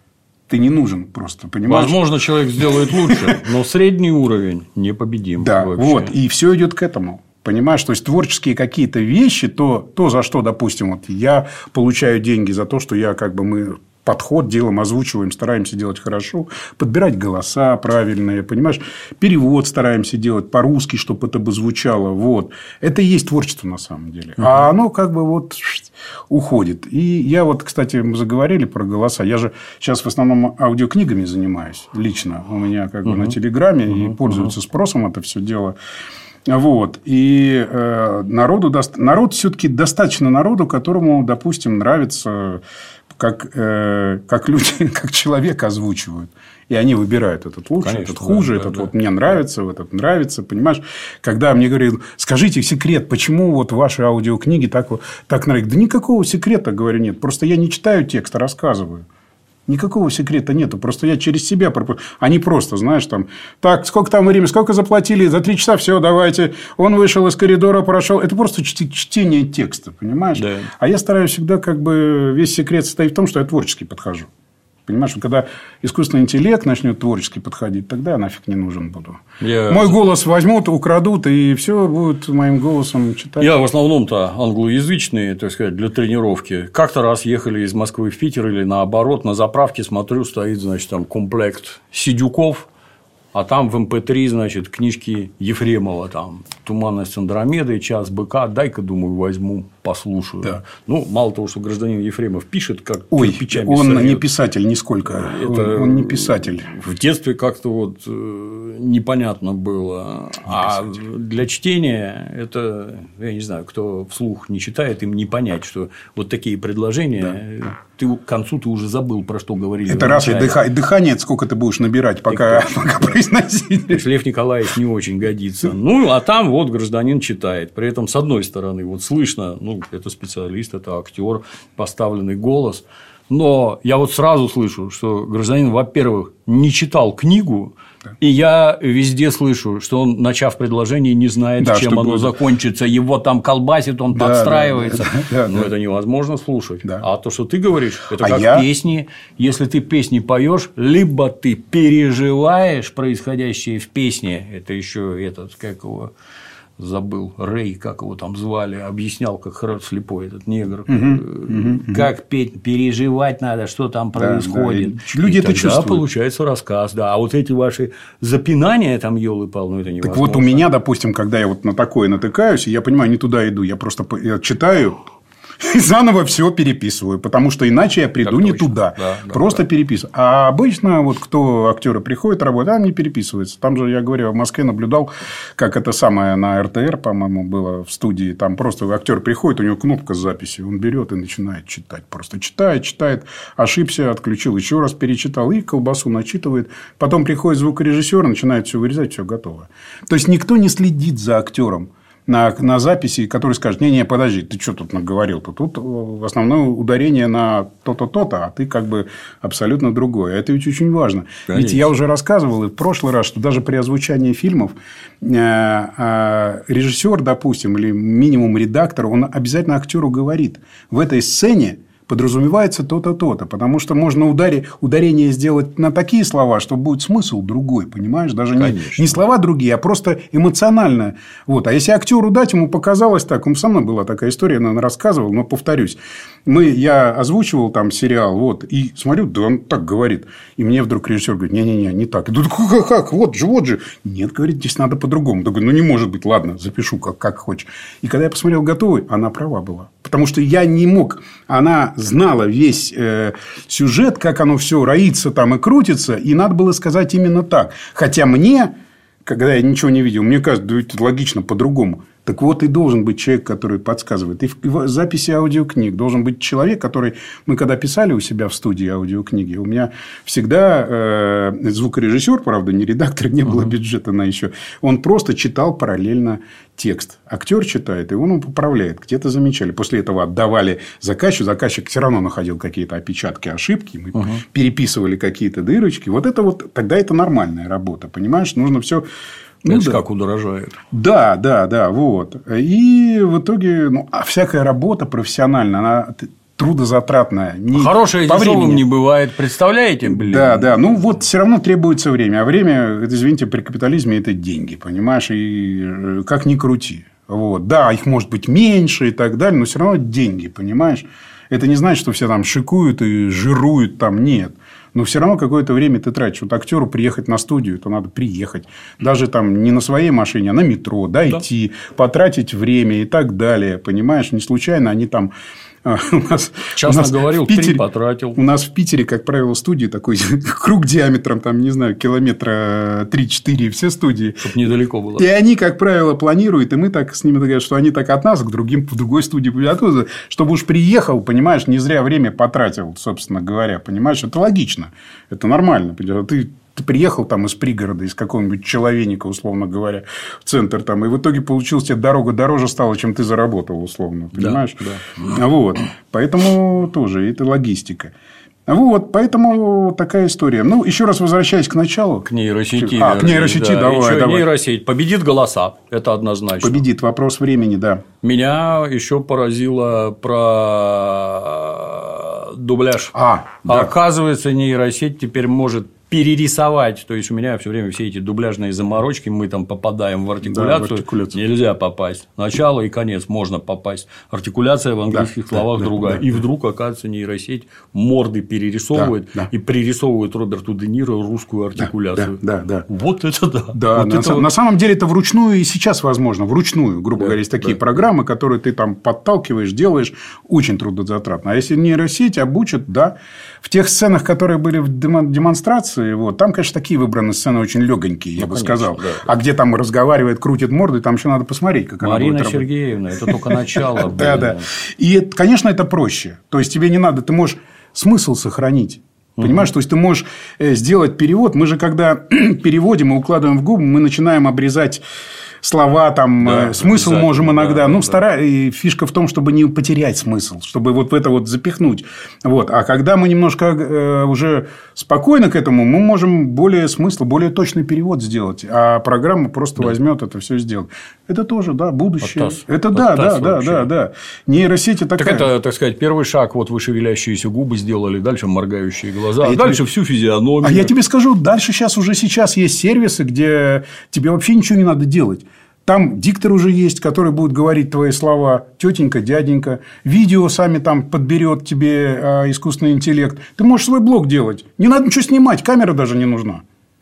Ты не нужен просто, понимаешь? Возможно, человек сделает лучше, но средний уровень непобедим. Да, вообще. Вот. И все идет к этому. Понимаешь, то есть творческие какие-то вещи, то, то, за что, допустим, вот я получаю деньги за то, что я как бы мы подход делаем, озвучиваем, стараемся делать хорошо, подбирать голоса правильные, понимаешь, перевод стараемся делать по-русски, чтобы это бы звучало. Вот. Это и есть творчество на самом деле. Uh-huh. А оно как бы вот уходит. И я вот, кстати, мы заговорили про голоса. Я же сейчас в основном аудиокнигами занимаюсь лично. У меня как uh-huh. бы на Телеграме uh-huh. и пользуются uh-huh. спросом это все дело. Вот. И э, народу даст... народ все-таки достаточно народу, которому, допустим, нравится, как, э, как люди, как человек озвучивают. И они выбирают этот лучше, конечно, этот хуже, да, этот да, вот да. мне нравится, этот нравится. Понимаешь, когда мне говорят, скажите секрет, почему вот ваши аудиокниги так, так нравятся? Да никакого секрета, говорю, нет. Просто я не читаю текст, а рассказываю. Никакого секрета нету. Просто я через себя пропускаю. Они просто, знаешь, там... Так, сколько там времени, сколько заплатили? За три часа все, давайте. Он вышел из коридора, прошел. Это просто чтение текста, понимаешь? Да. А я стараюсь всегда, как бы... Весь секрет состоит в том, что я творчески подхожу. Понимаешь, когда искусственный интеллект начнет творчески подходить, тогда я нафиг не нужен буду. Я... Мой голос возьмут, украдут, и все будет моим голосом читать. Я в основном-то англоязычный, так сказать, для тренировки. Как-то раз ехали из Москвы в Питер или наоборот, на заправке смотрю, стоит, значит, там комплект Сидюков, а там в эм пэ три, значит, книжки Ефремова, там «Туманность Андромеды», «Час быка», дай-ка, думаю, возьму, послушаю. Да. Ну, мало того, что гражданин Ефремов пишет, как Ой, кирпичами он совет. Не писатель нисколько. Это он, он не писатель. В детстве как-то вот непонятно было. Не а писатель. Для чтения это, я не знаю, кто вслух не читает, им не понять, что вот такие предложения. Да. Ты к концу ты уже забыл, про что говорили. Это раз и дыха... дыхание, сколько ты будешь набирать, пока, пока произносить. Лев Николаевич не очень годится. Ну, а там вот гражданин читает. При этом, с одной стороны, вот слышно, ну, это специалист, это актер, поставленный голос. Но я вот сразу слышу, что гражданин, во-первых, не читал книгу, да. И я везде слышу, что он, начав предложение, не знает, да, чем оно будет. Закончится. Его там колбасит, он да, подстраивается. Да, да, Но да. Это невозможно слушать. Да. А то, что ты говоришь, это а как я... песни. Если ты песни поешь, либо ты переживаешь происходящее в песне, это еще этот, как его. Забыл, Рэй, как его там звали, объяснял, как хорошо слепой этот негр, угу, угу, как петь, переживать надо, что там да, происходит. Да, люди и это тогда чувствуют. Получается рассказ, да. А вот эти ваши запинания, там, ёлы-пал, ну это невозможно. Так вот у меня, допустим, когда я вот на такое натыкаюсь, я понимаю, не туда иду, я просто я читаю. И заново все переписываю, потому что иначе я приду так не точно. Туда. Да, да, просто да. переписываю. А обычно, вот кто актеры приходят работать, а не переписывается. Там же, я говорю, в Москве наблюдал, как это самое на эр тэ эр, по-моему, было в студии. Там просто актер приходит, у него кнопка с записью, он берет и начинает читать. Просто читает, читает, ошибся, отключил, еще раз перечитал и колбасу начитывает. Потом приходит звукорежиссер, начинает все вырезать, все готово. То есть никто не следит за актером. На, на записи, который скажет: не-не, подожди, ты что тут наговорил-то? Тут основное ударение на то-то, то-то, а ты как бы абсолютно другое. Это ведь очень важно. Конечно. Ведь я уже рассказывал и в прошлый раз, что даже при озвучании фильмов э, э, режиссер, допустим, или минимум редактор, он обязательно актеру говорит: в этой сцене подразумевается то-то, то-то. Потому что можно удари, ударение сделать на такие слова, что будет смысл другой, понимаешь? Даже не, не слова другие, а просто эмоционально. Вот. А если актеру дать, ему показалось так. У со мной была такая история, я, наверное, рассказывал, но повторюсь. Мы, я озвучивал там сериал, вот, и смотрю, да он так говорит. И мне вдруг режиссер говорит: не-не-не, не так. Я говорю: как, как, вот же, вот же. Нет, говорит, здесь надо по-другому. Я говорю: ну, не может быть, ладно, запишу, как, как хочешь. И когда я посмотрел готовый, она права была. Потому что я не мог, она знала весь э, сюжет, как оно все роится там и крутится, и надо было сказать именно так. Хотя мне, когда я ничего не видел, мне кажется, да это логично по-другому. Так вот, и должен быть человек, который подсказывает. И в записи аудиокниг должен быть человек, который... Мы когда писали у себя в студии аудиокниги, у меня всегда э, звукорежиссер, правда, не редактор, не было uh-huh. бюджета на еще. Он просто читал параллельно текст. Актер читает, и он его поправляет. Где-то замечали. После этого отдавали заказчику. Заказчик все равно находил какие-то опечатки, ошибки. Мы uh-huh. переписывали какие-то дырочки. Вот это вот... Тогда это нормальная работа. Понимаешь? Нужно все... Ну, это да. как удорожает. Да, да, да, вот. И в итоге, ну, а всякая работа профессиональная, она трудозатратная. Не... Хорошее дешевым не бывает, представляете? Блин. Да, да. Ну, вот все равно требуется время. А время, это, извините, при капитализме это деньги, понимаешь? И как ни крути. Вот. Да, их может быть меньше и так далее, но все равно деньги, понимаешь? Это не значит, что все там шикуют и жируют там. Нет. Но все равно какое-то время ты тратишь. Вот актеру приехать на студию, то надо приехать. Даже там не на своей машине, а на метро, да, да. идти, потратить время и так далее. Понимаешь, не случайно они там... У нас, Честно у нас говорил, в Питере, три потратил. У нас в Питере, как правило, студии такой круг диаметром, там, не знаю, километра три-четыре, все студии. Чтобы недалеко было. И они, как правило, планируют, и мы так с ними говорим, что они так от нас к другим, в другой студии, оттуда, чтобы уж приехал, понимаешь, не зря время потратил, собственно говоря, понимаешь, это логично, это нормально. Ты Ты приехал там из пригорода, из какого-нибудь Человейника, условно говоря, в центр там, и в итоге получилось, тебе дорога дороже стала, чем ты заработал, условно. Понимаешь? Да, да. Вот. Поэтому тоже это логистика. Вот, поэтому такая история. Ну, еще раз возвращаясь к началу. К нейросети. А, к нейросети, да. давай, еще давай. Нейросеть победит голоса, это однозначно. Победит, вопрос времени, да. Меня еще поразило про дубляж. А, да. Оказывается, нейросеть теперь может перерисовать. То есть, у меня все время все эти дубляжные заморочки, мы там попадаем в артикуляцию. Да, в артикуляцию. Нельзя попасть. Начало и конец можно попасть. Артикуляция в английских да, словах да, другая. Да, и да. вдруг, оказывается, нейросеть морды перерисовывает да, да. и пририсовывает Роберту Де Ниро русскую артикуляцию. Да, да, да. Вот это да. да вот на, это на вот... самом деле это вручную и сейчас возможно. Вручную, грубо да, говоря, есть такие да. программы, которые ты там подталкиваешь, делаешь. Очень трудозатратно. А если нейросеть обучат, да. В тех сценах, которые были в демонстрации, вот, там, конечно, такие выбраны сцены очень легонькие, я ну, бы конечно, сказал. Да, да. А где там разговаривает, крутит морды, там еще надо посмотреть, как она будет работать. Марина Сергеевна, это только начало. Да, да. И, конечно, это проще. То есть, тебе не надо, ты можешь смысл сохранить. Понимаешь, то есть, ты можешь сделать перевод. Мы же, когда переводим и укладываем в губы, мы начинаем обрезать слова, там, да, смысл можем иногда. Да, ну, да. Стара... И фишка в том, чтобы не потерять смысл, чтобы вот в это вот запихнуть. Вот. А когда мы немножко э, уже спокойно к этому, мы можем более смысл, более точный перевод сделать. А программа просто да. возьмет это все и сделает. Это тоже, да, будущее. Подтас. Это да, да, да, да, да. Нейросети такая. Так это, так сказать, первый шаг. Вот вы шевелящиеся губы сделали, дальше моргающие глаза, а, а дальше тебе... всю физиономию. А я тебе скажу, дальше сейчас уже сейчас есть сервисы, где тебе вообще ничего не надо делать. Там диктор уже есть, который будет говорить твои слова. Тетенька, дяденька. Видео сами там подберет тебе э, искусственный интеллект. Ты можешь свой блог делать. Не надо ничего снимать. Камера даже не нужна.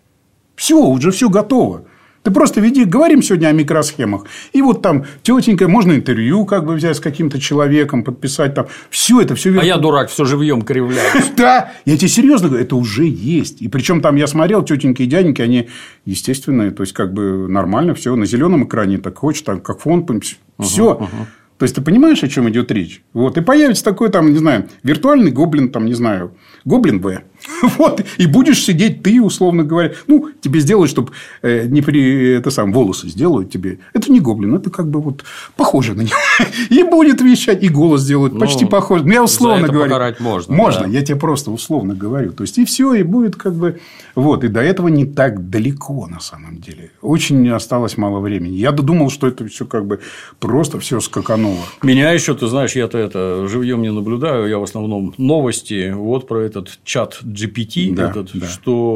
Все, уже все готово. Ты просто веди, говорим сегодня о микросхемах. И вот там тетенька, можно интервью как бы взять с каким-то человеком, подписать там. Все это, все. А я дурак, все живьем кривляюсь. Да, я тебе серьезно говорю, это уже есть. И причем там я смотрел, тетеньки и дяденьки, они естественные, то есть, как бы нормально, все на зеленом экране, так хочешь, там, как фон, все. То есть, ты понимаешь, о чем идет речь? Вот. И появится такой, там, не знаю, виртуальный гоблин, там, не знаю, гоблин В. Вот. И будешь сидеть ты, условно говоря. Ну, тебе сделают, чтобы э, не при... Это сам, волосы сделают тебе. Это не гоблин, это как бы вот похоже на него. И будет вещать, и голос сделают почти ну, похож. Ну, я условно говорю. Покарать можно. Можно. Да. Я тебе просто условно говорю. То есть, и все, и будет как бы... Вот. И до этого не так далеко, на самом деле. Очень осталось мало времени. Я думал, что это все как бы просто все скакануло. Меня еще, ты знаешь, я-то это живьем не наблюдаю. Я в основном новости. Вот про этот чат джи пи ти, да, этот, да.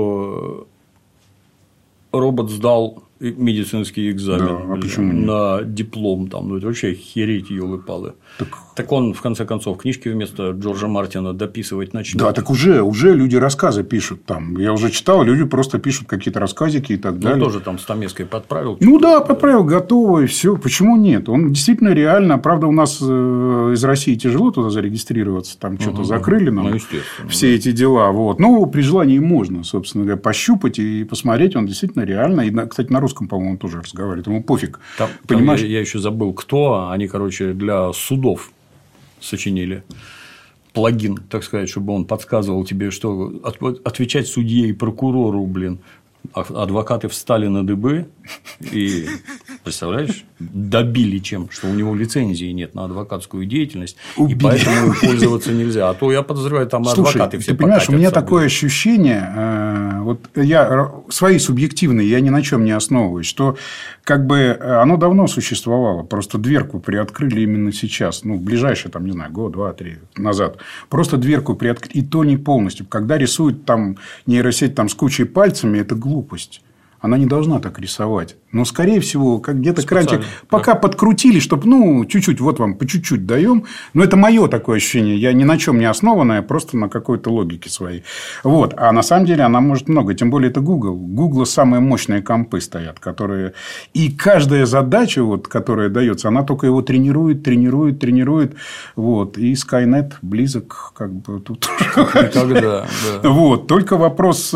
что робот сдал медицинский экзамен да, а почему нет? На диплом. Там, ну, это вообще хереть, ёлы-палы. Так... так он, в конце концов, книжки вместо Джорджа Мартина дописывать начнет. Да, так уже, уже люди рассказы пишут там. Я уже читал, люди просто пишут какие-то рассказики и так ну, далее. Ну, тоже там стамеской подправил. Ну, да, подправил, готово, и все. Почему нет? Он действительно реально. Правда, у нас из России тяжело туда зарегистрироваться. Там что-то угу. закрыли нам ну, все да. эти дела. Вот. Ну, при желании можно, собственно говоря, пощупать и посмотреть. Он действительно реально. И, кстати, на русском, по-моему, тоже разговаривает. Ему пофиг. Там, понимаешь? Там я, я еще забыл, кто. Они, короче, для судов сочинили плагин, так сказать, чтобы он подсказывал тебе, что отвечать судье и прокурору, блин. Адвокаты встали на дыбы и, представляешь, добили чем, что у него лицензии нет на адвокатскую деятельность, Убили. И поэтому им пользоваться нельзя. А то я подозреваю, там Слушай, адвокаты все ты понимаешь, у меня блин. Такое ощущение, э, вот я свои субъективные, я ни на чем не основываюсь, что как бы оно давно существовало, просто дверку приоткрыли именно сейчас, ну, ближайшие, там, не знаю, год, два, три назад. Просто дверку приоткрыли, и то не полностью. Когда рисуют там нейросеть там, с кучей пальцами, это глупость. Она не должна так рисовать. Но, скорее всего, как где-то крантик пока да. подкрутили, чтобы, ну, чуть-чуть, вот вам по чуть-чуть даем. Но это мое такое ощущение. Я ни на чем не основанное, просто на какой-то логике своей. Вот. А на самом деле она может много. Тем более, это Google. У Google самые мощные компы стоят, которые... И каждая задача, вот, которая дается, она только его тренирует, тренирует, тренирует. Вот. И Skynet близок, как бы тут. Никогда. Да. Вот. Только вопрос,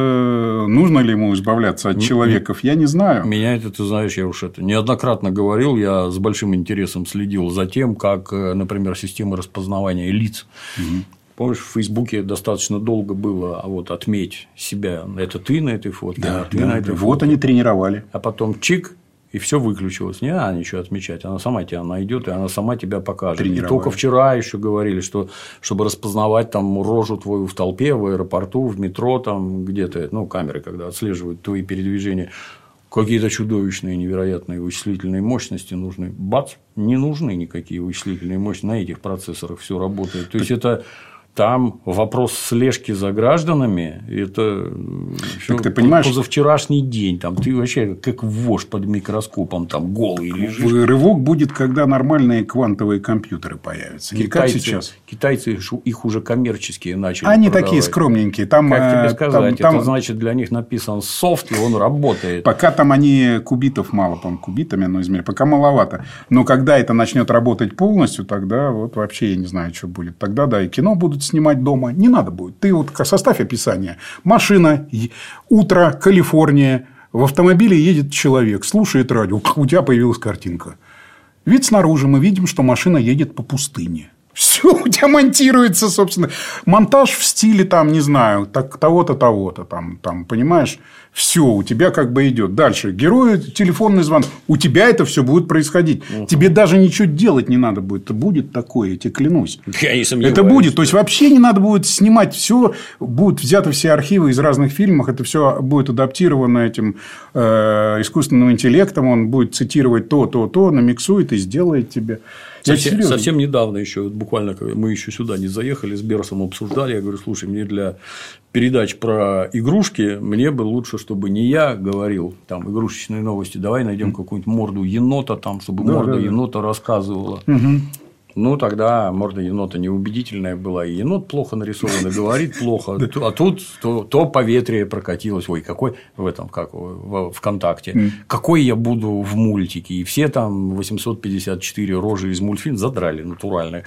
нужно ли ему избавляться от человеков, я не знаю. Меня это, ты знаешь, я уж это неоднократно говорил, я с большим интересом следил за тем, как, например, система распознавания лиц. Угу. Помнишь, в Фейсбуке достаточно долго было, а вот отметь себя, это ты на этой фотке, да, а ты да, на этой да. фотке. Вот они тренировали. А потом чик, И все выключилось. Не надо ничего отмечать. Она сама тебя найдет, и она сама тебя покажет. И Тренировать. только вчера еще говорили, что чтобы распознавать там рожу твою в толпе, в аэропорту, в метро, там где-то, ну, камеры, когда отслеживают твои передвижения, какие-то чудовищные, невероятные вычислительные мощности нужны. Бац, не нужны никакие вычислительные мощности. На этих процессорах все работает. То есть это. Там вопрос слежки за гражданами, это все ты понимаешь, позавчерашний день. Там ты вообще как вошь под микроскопом, там голый лежишь. Рывок будет, когда нормальные квантовые компьютеры появятся. Не Китайцы, как сейчас. Китайцы их уже коммерческие начали Они продавать. такие скромненькие. Там, как тебе сказать, там, это там... значит, для них написан софт, и он работает. Пока там они кубитов мало, по-моему, кубитами оно измеряет, пока маловато. Но когда это начнет работать полностью, тогда вот вообще я не знаю, что будет. Тогда да, и кино будут снимать дома. Не надо будет. Ты вот составь описание. Машина, утро, Калифорния. В автомобиле едет человек, слушает радио. У тебя появилась картинка. Вид снаружи. Мы видим, что машина едет по пустыне. Все у тебя монтируется, собственно. Монтаж в стиле, там, не знаю, так, того-то, того-то. Там, там, понимаешь? Все у тебя как бы идет. Дальше. Герою телефонный звонок. У тебя это все будет происходить. Угу. Тебе даже ничего делать не надо будет. Это будет такое, я тебе клянусь. Я не сомневаюсь. Это будет. То есть, вообще не надо будет снимать все. Будут взяты все архивы из разных фильмов. Это все будет адаптировано этим э, искусственным интеллектом. Он будет цитировать то, то, то, намиксует и сделает тебе. Совсем, совсем недавно еще, буквально мы еще сюда не заехали, с Берсом обсуждали. Я говорю, слушай, мне для передач про игрушки, мне бы лучше, чтобы не я говорил там игрушечные новости, давай найдем mm. какую-нибудь морду енота, там, чтобы да, морда да, енота да. рассказывала. Угу. Ну, тогда морда енота неубедительная была, и енот плохо нарисован, и говорит плохо. А тут то, то поветрие прокатилось. Ой, какой в этом, как в ВКонтакте. Какой я буду в мультике. И все там восемьсот пятьдесят четыре рожи из мультфильма задрали натуральные.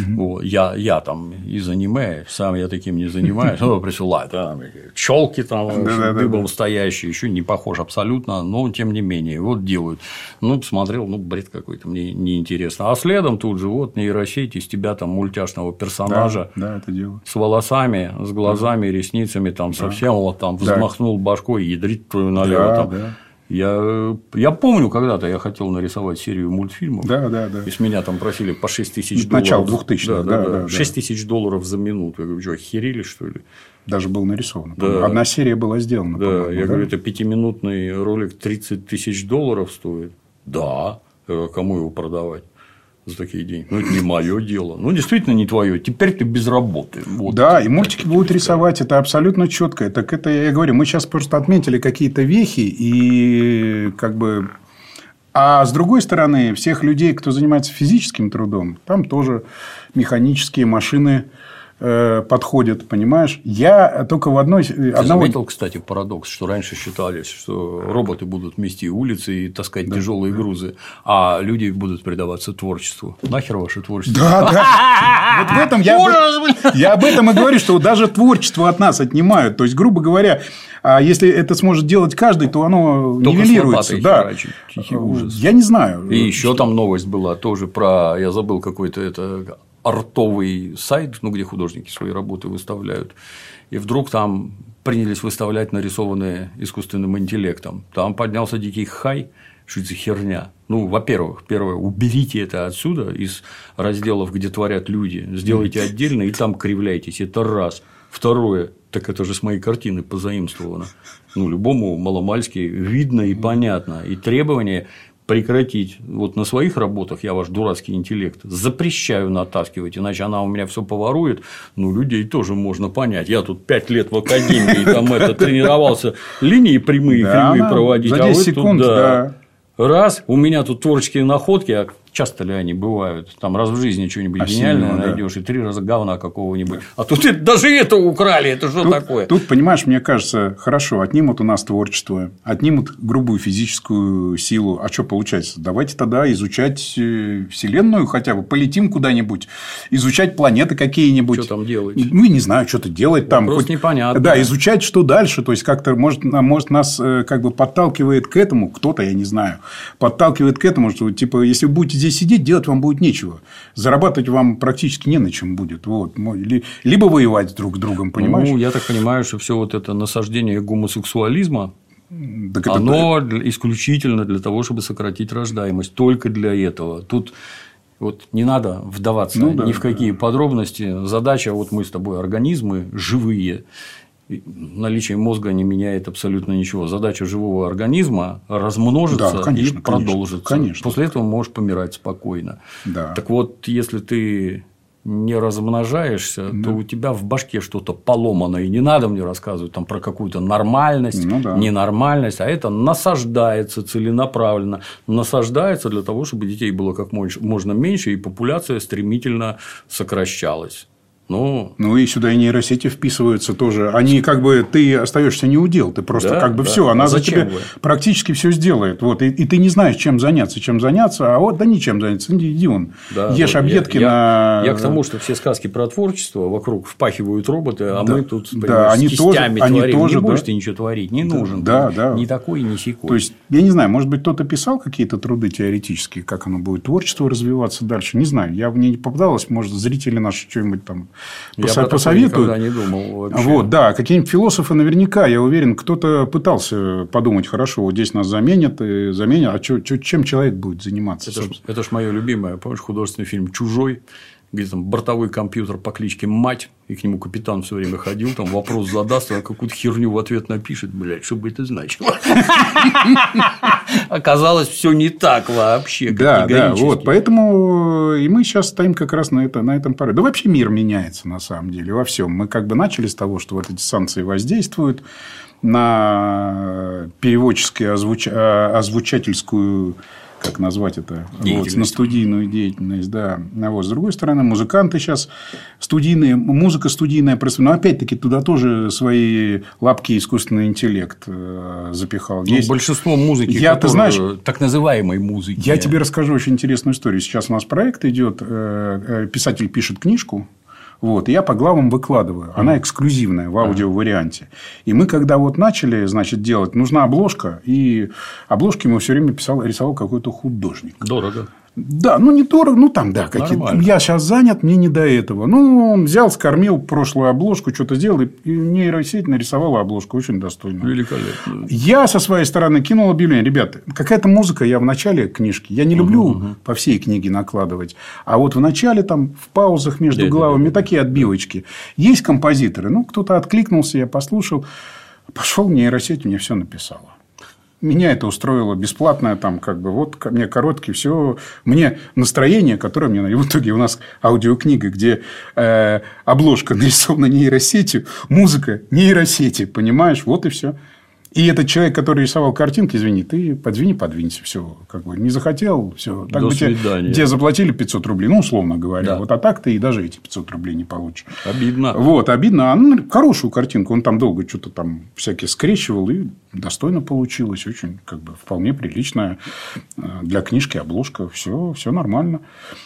Я, я там из аниме, сам я таким не занимаюсь. Ну, присылают челки там дыбом стоящие, еще не похож абсолютно, но тем не менее, вот делают. Ну, посмотрел, ну, бред какой-то, мне неинтересно. А следом тут же вот нейросеть из тебя там мультяшного персонажа да, да, это дело. С волосами, с глазами, да. ресницами, там да. совсем вот там взмахнул да. башкой, ядрит твою налево. Да, там. Да. Я, я помню, когда-то я хотел нарисовать серию мультфильмов. Да, да, да. И с меня там просили по шесть тысяч долларов. Начало двухтысячных. Да, да, да, да, да. шесть тысяч долларов за минуту. Я говорю, что, охерели, что ли? Даже был нарисован. Да. Одна серия была сделана. Да, я да? говорю, это пятиминутный ролик тридцать тысяч долларов стоит. Да. Кому его продавать? За такие деньги. Ну, это не мое дело. Ну, действительно, не твое. Теперь ты без работы. Вот. Да, и мультики будут рисовать. Это абсолютно четко. Так это я говорю, мы сейчас просто отметили какие-то вехи и как бы. А с другой стороны, всех людей, кто занимается физическим трудом, там тоже механические машины подходят, понимаешь? Я только в одной... Ты одного... заметил, кстати, парадокс, что раньше считали, что роботы будут мести улицы и таскать да, тяжелые да. грузы, а люди будут предаваться творчеству. Нахер ваше творчество? Да, да. Вот в этом я, об... я об этом и говорю, что даже творчество от нас отнимают. То есть, грубо говоря, если это сможет делать каждый, то оно только нивелируется. Да. Тихий ужас. Я не знаю. И еще что... там новость была тоже про... Я забыл какой-то это... артовый сайт, ну, где художники свои работы выставляют, и вдруг там принялись выставлять нарисованные искусственным интеллектом. Там поднялся дикий хай, что это за херня. Ну, во-первых, первое, уберите это отсюда из разделов, где творят люди, сделайте отдельно и там кривляйтесь. Это раз. Второе, так это же с моей картины позаимствовано. Ну, любому маломальски видно и понятно. И требования прекратить. Вот на своих работах я ваш дурацкий интеллект запрещаю натаскивать, иначе она у меня все поворует. Ну, людей тоже можно понять. Я тут пять лет в академии там это тренировался линии прямые, кривые проводить. За десять секунд, да. Раз, у меня тут творческие находки, а часто ли они бывают? Там раз в жизни что-нибудь а гениальное сильно, найдешь, да. и три раза говна какого-нибудь. А тут это, даже это украли, это что тут, такое? Тут, понимаешь, мне кажется, хорошо, отнимут у нас творчество, отнимут грубую физическую силу. А что получается? Давайте тогда изучать Вселенную хотя бы, полетим куда-нибудь, изучать планеты какие-нибудь. Что там делать? Ну, и не знаю, что-то делать там. Просто хоть... непонятно. Да, изучать, что дальше. То есть, как-то, может, может, нас как бы подталкивает к этому, кто-то, я не знаю, подталкивает к этому, что, типа, если вы будете здесь сидеть, делать вам будет нечего. Зарабатывать вам практически не на чем будет. Вот. Либо воевать друг с другом, понимаешь? Ну, я так понимаю, что все вот это насаждение гомосексуализма Так это... Оно исключительно для того, чтобы сократить рождаемость. Только для этого. Тут вот не надо вдаваться ну, да, ни в какие да. подробности. Задача, вот мы с тобой организмы живые. Наличие мозга не меняет абсолютно ничего. Задача живого организма размножиться да, конечно, и продолжиться. Конечно. После этого можешь помирать спокойно. Да. Так вот, если ты не размножаешься, да. то у тебя в башке что-то поломано. И не надо мне рассказывать там про какую-то нормальность, ну, да. ненормальность, а это насаждается целенаправленно. Насаждается для того, чтобы детей было как можно меньше, и популяция стремительно сокращалась. Ну... ну, и сюда и нейросети вписываются тоже. Они как бы ты остаешься не удел, ты просто да, как бы да. все, она а за тебя вы? практически все сделает. Вот, и, и ты не знаешь, чем заняться, чем заняться, а вот да ничем заняться. Иди вон, да, ешь вот объедки я, на. Я, я к тому, что все сказки про творчество вокруг впахивают роботы, а да, мы тут да, они с кистями тоже, творим. они тоже, не будешь да. ты ничего творить, не да, нужен. Да, ты, да. Ни такой, ни сякой. То есть, я не знаю, может быть, кто-то писал какие-то труды теоретические, как оно будет творчество развиваться дальше. Не знаю. Я мне не попадалось, может, зрители наши что-нибудь там посоветуют. Никогда не думал вообще. Вот, да, какие-нибудь философы наверняка, я уверен, кто-то пытался подумать, хорошо, вот здесь нас заменят, и заменят, а чё, чё, чем человек будет заниматься? Это ж, это ж мое любимое, помнишь, художественный фильм «Чужой», где там бортовой компьютер по кличке Мать, и к нему капитан все время ходил, там вопрос задаст, а какую-то херню в ответ напишет, блядь, что бы это значило. Оказалось, все не так вообще. Да, да, вот, поэтому и мы сейчас стоим как раз на, это, на этом пороге. Да вообще мир меняется на самом деле во всем. Мы как бы начали с того, что вот эти санкции воздействуют на переводческую, озвуч... озвучательскую, как назвать это, вот, на студийную деятельность, да. А вот, с другой стороны, музыканты сейчас студийные, музыка студийная, но опять-таки туда тоже свои лапки искусственный интеллект э, запихал. Ну, есть... Большинство музыки, я, которые... ты знаешь, так называемой музыки. Я тебе расскажу очень интересную историю. Сейчас у нас проект идет, э, писатель пишет книжку. Вот, и я по главам выкладываю. Она эксклюзивная в аудиоварианте. И мы, когда вот начали, значит, делать, нужна обложка. И обложки ему все время писал, рисовал какой-то художник. Дорого. Да, ну, недорого, ну, там, да, какие-то. Я сейчас занят, мне не до этого. Ну, он взял, скормил прошлую обложку, что-то сделал, и нейросеть нарисовала обложку очень достойно. Великолепно. Я со своей стороны кинул объявление. Ребята, какая-то музыка я в начале книжки. Я не люблю угу, угу. по всей книге накладывать. А вот в начале, там, в паузах между да, главами, да, да, такие да. отбивочки. Есть композиторы. Ну, кто-то откликнулся, я послушал. Пошел нейросеть, мне все написала. Меня это устроило бесплатно, там, как бы, вот, мне короткий, все. Мне настроение, которое мне... И в итоге у нас аудиокнига, где э, обложка нарисована нейросетью, музыка нейросети, понимаешь? Вот и все. И этот человек, который рисовал картинки, извини, ты подвини, подвинься, все, как бы не захотел, все. Так До бы свидания. Тебе заплатили пятьсот рублей, ну, условно говоря. Да. Вот, а так ты и даже эти пятьсот рублей не получишь. Обидно. Вот, обидно. А ну, хорошую картинку. Он там долго что-то там всякие скрещивал, и достойно получилось. Очень, как бы, вполне приличная для книжки обложка. Все, все нормально.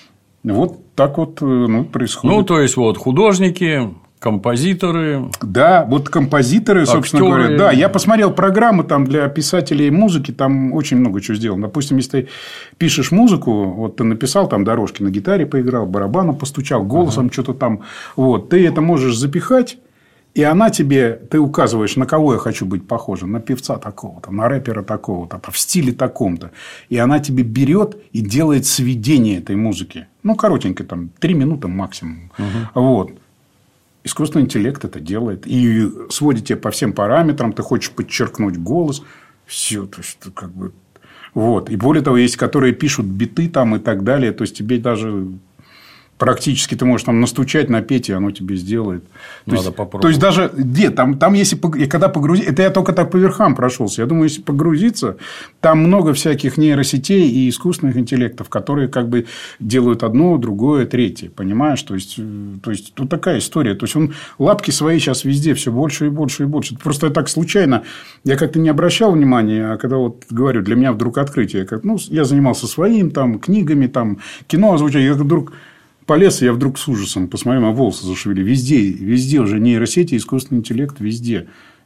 Вот так вот ну, происходит. Ну, то есть, вот художники. Композиторы. Да, вот композиторы, собственно актеры. Говоря. Да, я посмотрел программы там для писателей музыки, там очень много чего сделано. Допустим, если ты пишешь музыку, вот ты написал там дорожки на гитаре, поиграл, барабаном постучал, голосом ага. что-то там, вот, ты это можешь запихать, и она тебе, ты указываешь, на кого я хочу быть похожим, на певца такого-то, на рэпера такого-то, в стиле таком-то, и она тебе берет и делает сведение этой музыки. Ну, коротенько, там, три минуты максимум. Ага. Вот. Искусственный интеллект это делает. И сводит тебя по всем параметрам. Ты хочешь подчеркнуть голос. Все. То есть, как бы... Вот. И более того, есть, которые пишут биты там и так далее. То есть, тебе даже... Практически ты можешь там настучать, напеть, и оно тебе сделает. То Надо есть, попробовать. То есть, даже где там, там если и когда погрузить, это я только так по верхам прошелся. Я думаю, если погрузиться, там много всяких нейросетей и искусственных интеллектов, которые как бы делают одно, другое, третье. Понимаешь? То есть, то есть, тут такая история. То есть, он лапки свои сейчас везде все больше и больше и больше. Просто я так случайно, я как-то не обращал внимания, а когда вот говорю, для меня вдруг открытие. Как, ну, я занимался своим, там, книгами, там, кино озвучивал, я вдруг... Полез, и я вдруг с ужасом посмотрел, а волосы зашевели. Везде, везде уже нейросети, искусственный интеллект, везде.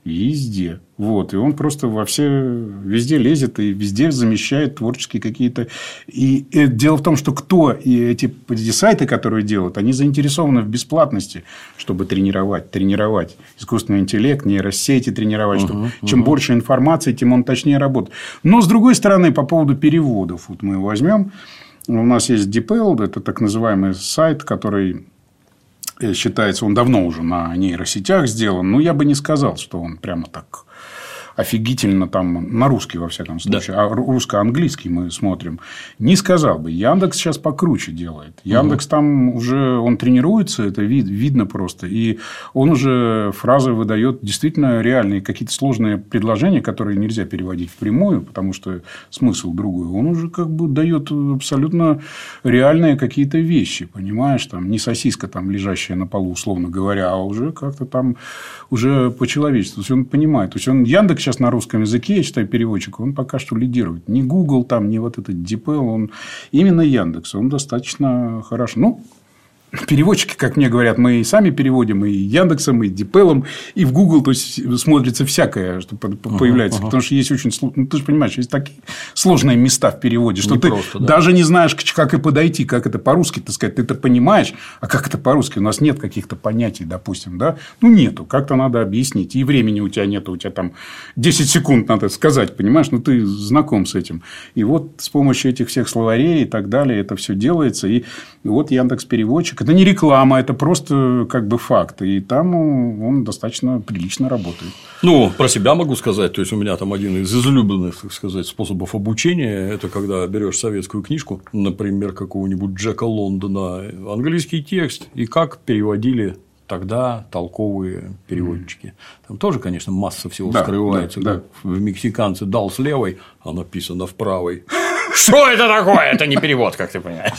Везде. Вот. И он просто во все, везде лезет и везде замещает творческие какие-то. И, и дело в том, что кто и эти, эти сайты, которые делают, они заинтересованы в бесплатности, чтобы тренировать, тренировать искусственный интеллект, нейросети тренировать. Uh-huh, чтобы, uh-huh. Чем больше информации, тем он точнее работает. Но, с другой стороны, по поводу переводов. Вот мы возьмем. У нас есть DeepL, это так называемый сайт, который... считается, он давно уже на нейросетях сделан. Но я бы не сказал, что он прямо так офигительно там на русский, во всяком случае. Да. А русско-английский мы смотрим. Не сказал бы. Яндекс сейчас покруче делает. Яндекс угу. там уже он тренируется, это вид, видно просто. И он уже фразы выдает действительно реальные какие-то сложные предложения, которые нельзя переводить впрямую, потому что смысл другой. Он уже как бы дает абсолютно реальные какие-то вещи. Понимаешь, там не сосиска там лежащая на полу, условно говоря, а уже как-то там уже по-человечески. То есть он понимает. То есть он Яндекс сейчас на русском языке, я считаю, переводчик, он пока что лидирует. Не Google, там, не вот этот DeepL, он именно Яндекс, он достаточно хорошо. Ну, переводчики, как мне говорят, мы и сами переводим, и Яндексом, и DeepL, и в Google, то есть смотрится всякое, что появляется. Uh-huh, uh-huh. Потому что есть очень ну, ты же понимаешь, есть такие сложные места в переводе, что не ты просто, да. даже не знаешь, как и подойти, как это по-русски, так сказать, ты это понимаешь, а как это по-русски? У нас нет каких-то понятий, допустим, да? Ну, нету. Как-то надо объяснить. И времени у тебя нету, у тебя там десять секунд надо сказать, понимаешь? Ну, ты знаком с этим. И вот с помощью этих всех словарей и так далее это все делается. И вот Яндекс.Переводчик. Это не реклама, это просто как бы факт. И там он достаточно прилично работает. Ну, про себя могу сказать. То есть, у меня там один из излюбленных, так сказать, способов обучения. Это когда берешь советскую книжку, например, какого-нибудь Джека Лондона, английский текст, и как переводили тогда толковые переводчики. Там тоже, конечно, масса всего да, скрывается. Да, да. В мексиканце дал с левой, а написано в правой. Что это такое? Это не перевод, как ты понимаешь.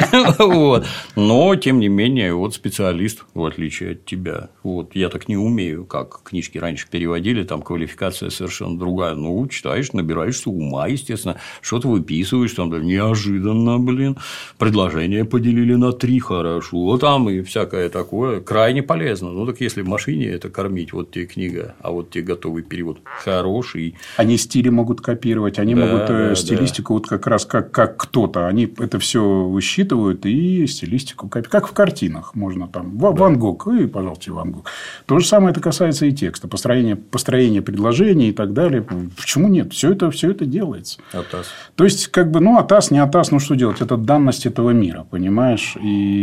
Вот. Но, тем не менее, вот специалист, в отличие от тебя. Вот. Я так не умею, как книжки раньше переводили, там квалификация совершенно другая. Ну, читаешь, набираешься ума, естественно, что-то выписываешь, там да, неожиданно, блин, предложение поделили на три, хорошо, там и всякое такое. Крайне полезно. Ну, так если в машине это кормить, вот тебе книга, а вот тебе готовый перевод хороший. Они стили могут копировать, они да, могут да, стилистику, да. вот как раз как, как кто-то, они это все высчитывают и стилистику копируют. Как в картинах можно там да. Ван Гог, и, пожалуйста, Ван Гог. То же самое это касается и текста, построение, построение предложений и так далее. Почему нет? Все это, все это делается. АТАС. То есть, как бы, ну, АТАС, не АТАС, ну, что делать? Это данность этого мира, понимаешь?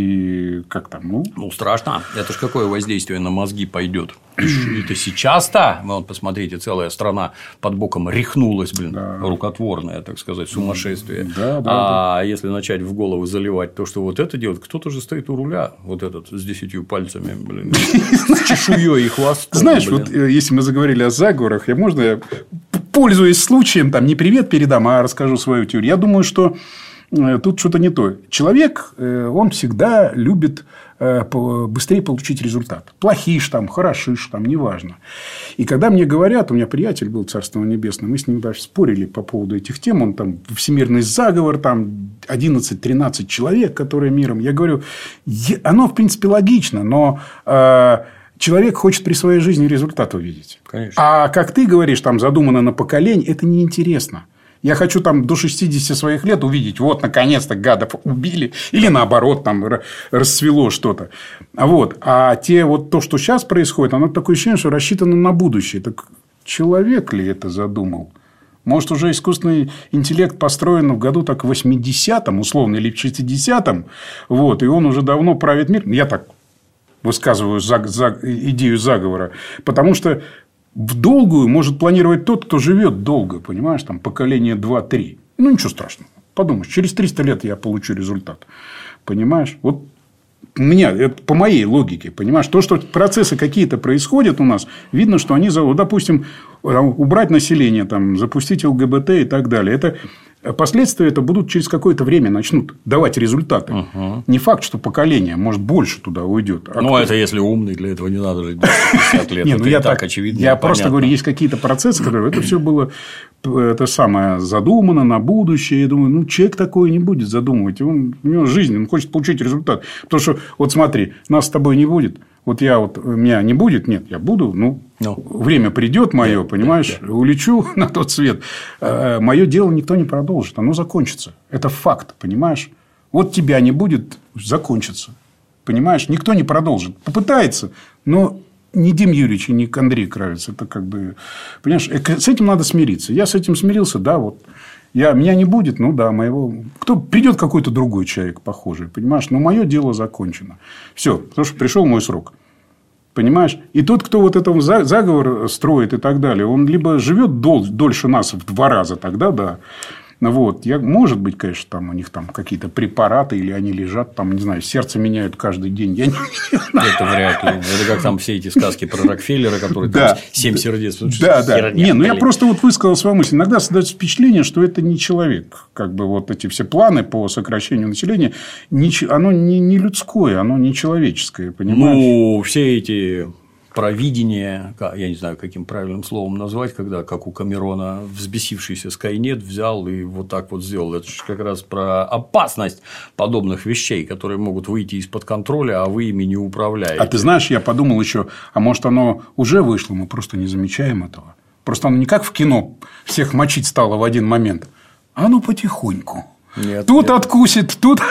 И как там, ну... Ну, страшно. Это ж какое воздействие на мозги пойдет. Это сейчас-то, вот посмотрите, целая страна под боком рехнулась, блин, да. рукотворная, так сказать, сумасшествие. Да, да, а да. если начать в голову заливать то, что вот это делает, кто-то же стоит у руля, вот этот с десятью пальцами, блин, с чешуей и хвостом. Знаешь, вот если мы заговорили о заговорах, я можно, я, пользуясь случаем, там не привет передам, а расскажу свою теорию. Я думаю, что тут что-то не то. Человек, он всегда любит быстрее получить результат. Плохишь там, хорошишь там, неважно. И когда мне говорят, у меня приятель был, царство небесное, мы с ним даже спорили по поводу этих тем, он там всемирный заговор, там одиннадцать-тринадцать человек, которые миром. Я говорю, оно в принципе логично, но э, человек хочет при своей жизни результат увидеть. Конечно. А как ты говоришь, там задумано на поколение, это неинтересно. Я хочу там до шестидесяти своих лет увидеть, вот, наконец-то гадов убили, или наоборот, там расцвело что-то. А, вот. а те вот то, что сейчас происходит, оно такое ощущение, что рассчитано на будущее. Так человек ли это задумал? Может, уже искусственный интеллект построен в году так в восьмидесятом, условно, или в шестидесятом, вот, и он уже давно правит мир. Я так высказываю за, за, идею заговора, потому что в долгую может планировать тот, кто живет долго, понимаешь, там поколение два-три. Ну, ничего страшного. Подумаешь, через триста лет я получу результат. Понимаешь? Вот у меня, это по моей логике, понимаешь, то, что процессы какие-то происходят у нас, видно, что они, допустим, убрать население, там, запустить ЛГБТ и так далее. Это последствия это будут через какое-то время начнут давать результаты. Угу. Не факт, что поколение, может, больше туда уйдет. А ну, кто... это если умный, для этого не надо жить пятьдесят лет. Не, ну, я так очевидно. Я просто говорю, есть какие-то процессы, которые это все было это самое задумано на будущее. Я думаю, ну, человек такое не будет задумывать. Он, у него жизнь, он хочет получить результат. Потому что, вот смотри, нас с тобой не будет. Вот я вот, меня не будет, нет, я буду, ну, no. время придет мое, yeah, понимаешь, yeah, yeah. улечу на тот свет. Мое дело никто не продолжит, оно закончится. Это факт, понимаешь? Вот тебя не будет, закончится. Понимаешь, никто не продолжит. Попытается, но ни Дим Юрьевич, ни Андрей Кравец. Это как бы, понимаешь, с этим надо смириться. Я с этим смирился, да, вот. Я, меня не будет, ну да, моего... Кто придет какой-то другой человек похожий, понимаешь? Но мое дело закончено. Все, потому что пришел мой срок. Понимаешь? И тот, кто вот этот заговор строит и так далее, он либо живет дол- дольше нас в два раза тогда, да. Вот. Я, может быть, конечно, там у них там какие-то препараты, или они лежат, там, не знаю, сердце меняют каждый день. Я не знаю. Это вряд ли. Это как там все эти сказки про Рокфеллера, которые там семь сердец. Да, да. Не, ну я просто вот высказал свою мысль. Иногда создается впечатление, что это не человек. Как бы вот эти все планы по сокращению населения, оно не людское, оно не человеческое, понимаешь? Ну, все эти... провидение, я не знаю, каким правильным словом назвать, когда, как у Камерона, взбесившийся Скайнет взял и вот так вот сделал. Это же как раз про опасность подобных вещей, которые могут выйти из-под контроля, а вы ими не управляете. А ты знаешь, я подумал еще, а может, оно уже вышло, мы просто не замечаем этого. Просто оно не как в кино всех мочить стало в один момент, а оно потихоньку. Нет, тут нет. Откусит, тут...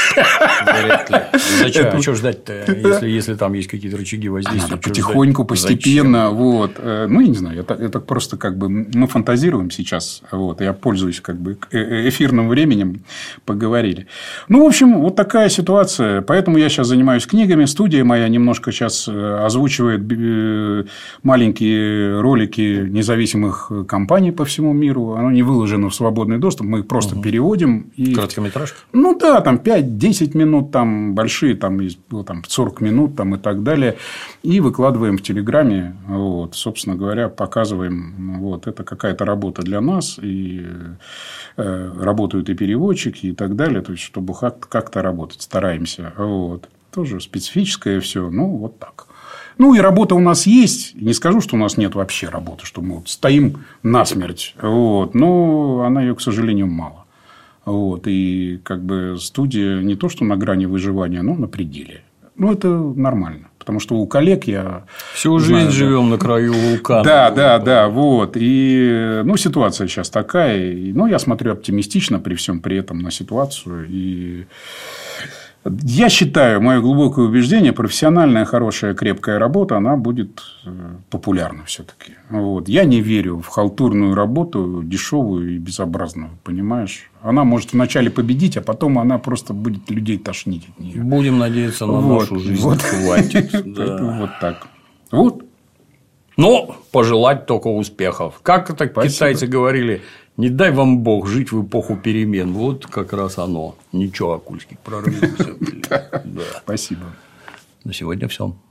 Вряд ли. Зачем? Это... А что ждать-то, если, если там есть какие-то рычаги воздействия? Потихоньку, ждать? Постепенно. Вот. Ну, я не знаю, это, это просто как бы мы фантазируем сейчас. Вот. Я пользуюсь как бы эфирным временем, поговорили. Ну, в общем, вот такая ситуация. Поэтому я сейчас занимаюсь книгами. Студия моя немножко сейчас озвучивает маленькие ролики независимых компаний по всему миру. Оно не выложено в свободный доступ. Мы их просто угу. переводим. И... Короткометражки? Ну, да, там пять-десять минут, там большие, там, ну, там сорок минут там, и так далее. И выкладываем в Телеграме. Вот, собственно говоря, показываем. Вот, это какая-то работа для нас. И э, работают и переводчики, и так далее. То есть, чтобы как-то работать. Стараемся. Вот. Тоже специфическое все. Ну, вот так. Ну, и работа у нас есть. Не скажу, что у нас нет вообще работы, что мы вот стоим насмерть. Вот. Но она ее, к сожалению, мало. Вот. И как бы студия не то, что на грани выживания, но на пределе. Ну, это нормально. Потому что у коллег я... Всю жизнь знаю, живем да... на краю вулкана. Да, да, да. Вот. И ну, ситуация сейчас такая. И, ну, я смотрю оптимистично при всем при этом на ситуацию. И я считаю, мое глубокое убеждение, профессиональная, хорошая, крепкая работа, она будет популярна все-таки. Вот. Я не верю в халтурную работу, дешевую и безобразную, понимаешь? Она может вначале победить, а потом она просто будет людей тошнить от нее. Будем надеяться на вот. нашу жизнь. Вот. Хватит. Вот так. Вот. Но пожелать только успехов. Как это китайцы говорили? Не дай вам Бог жить в эпоху перемен. Вот как раз оно. Ничего, Акульский, прорвемся. Спасибо. На сегодня все.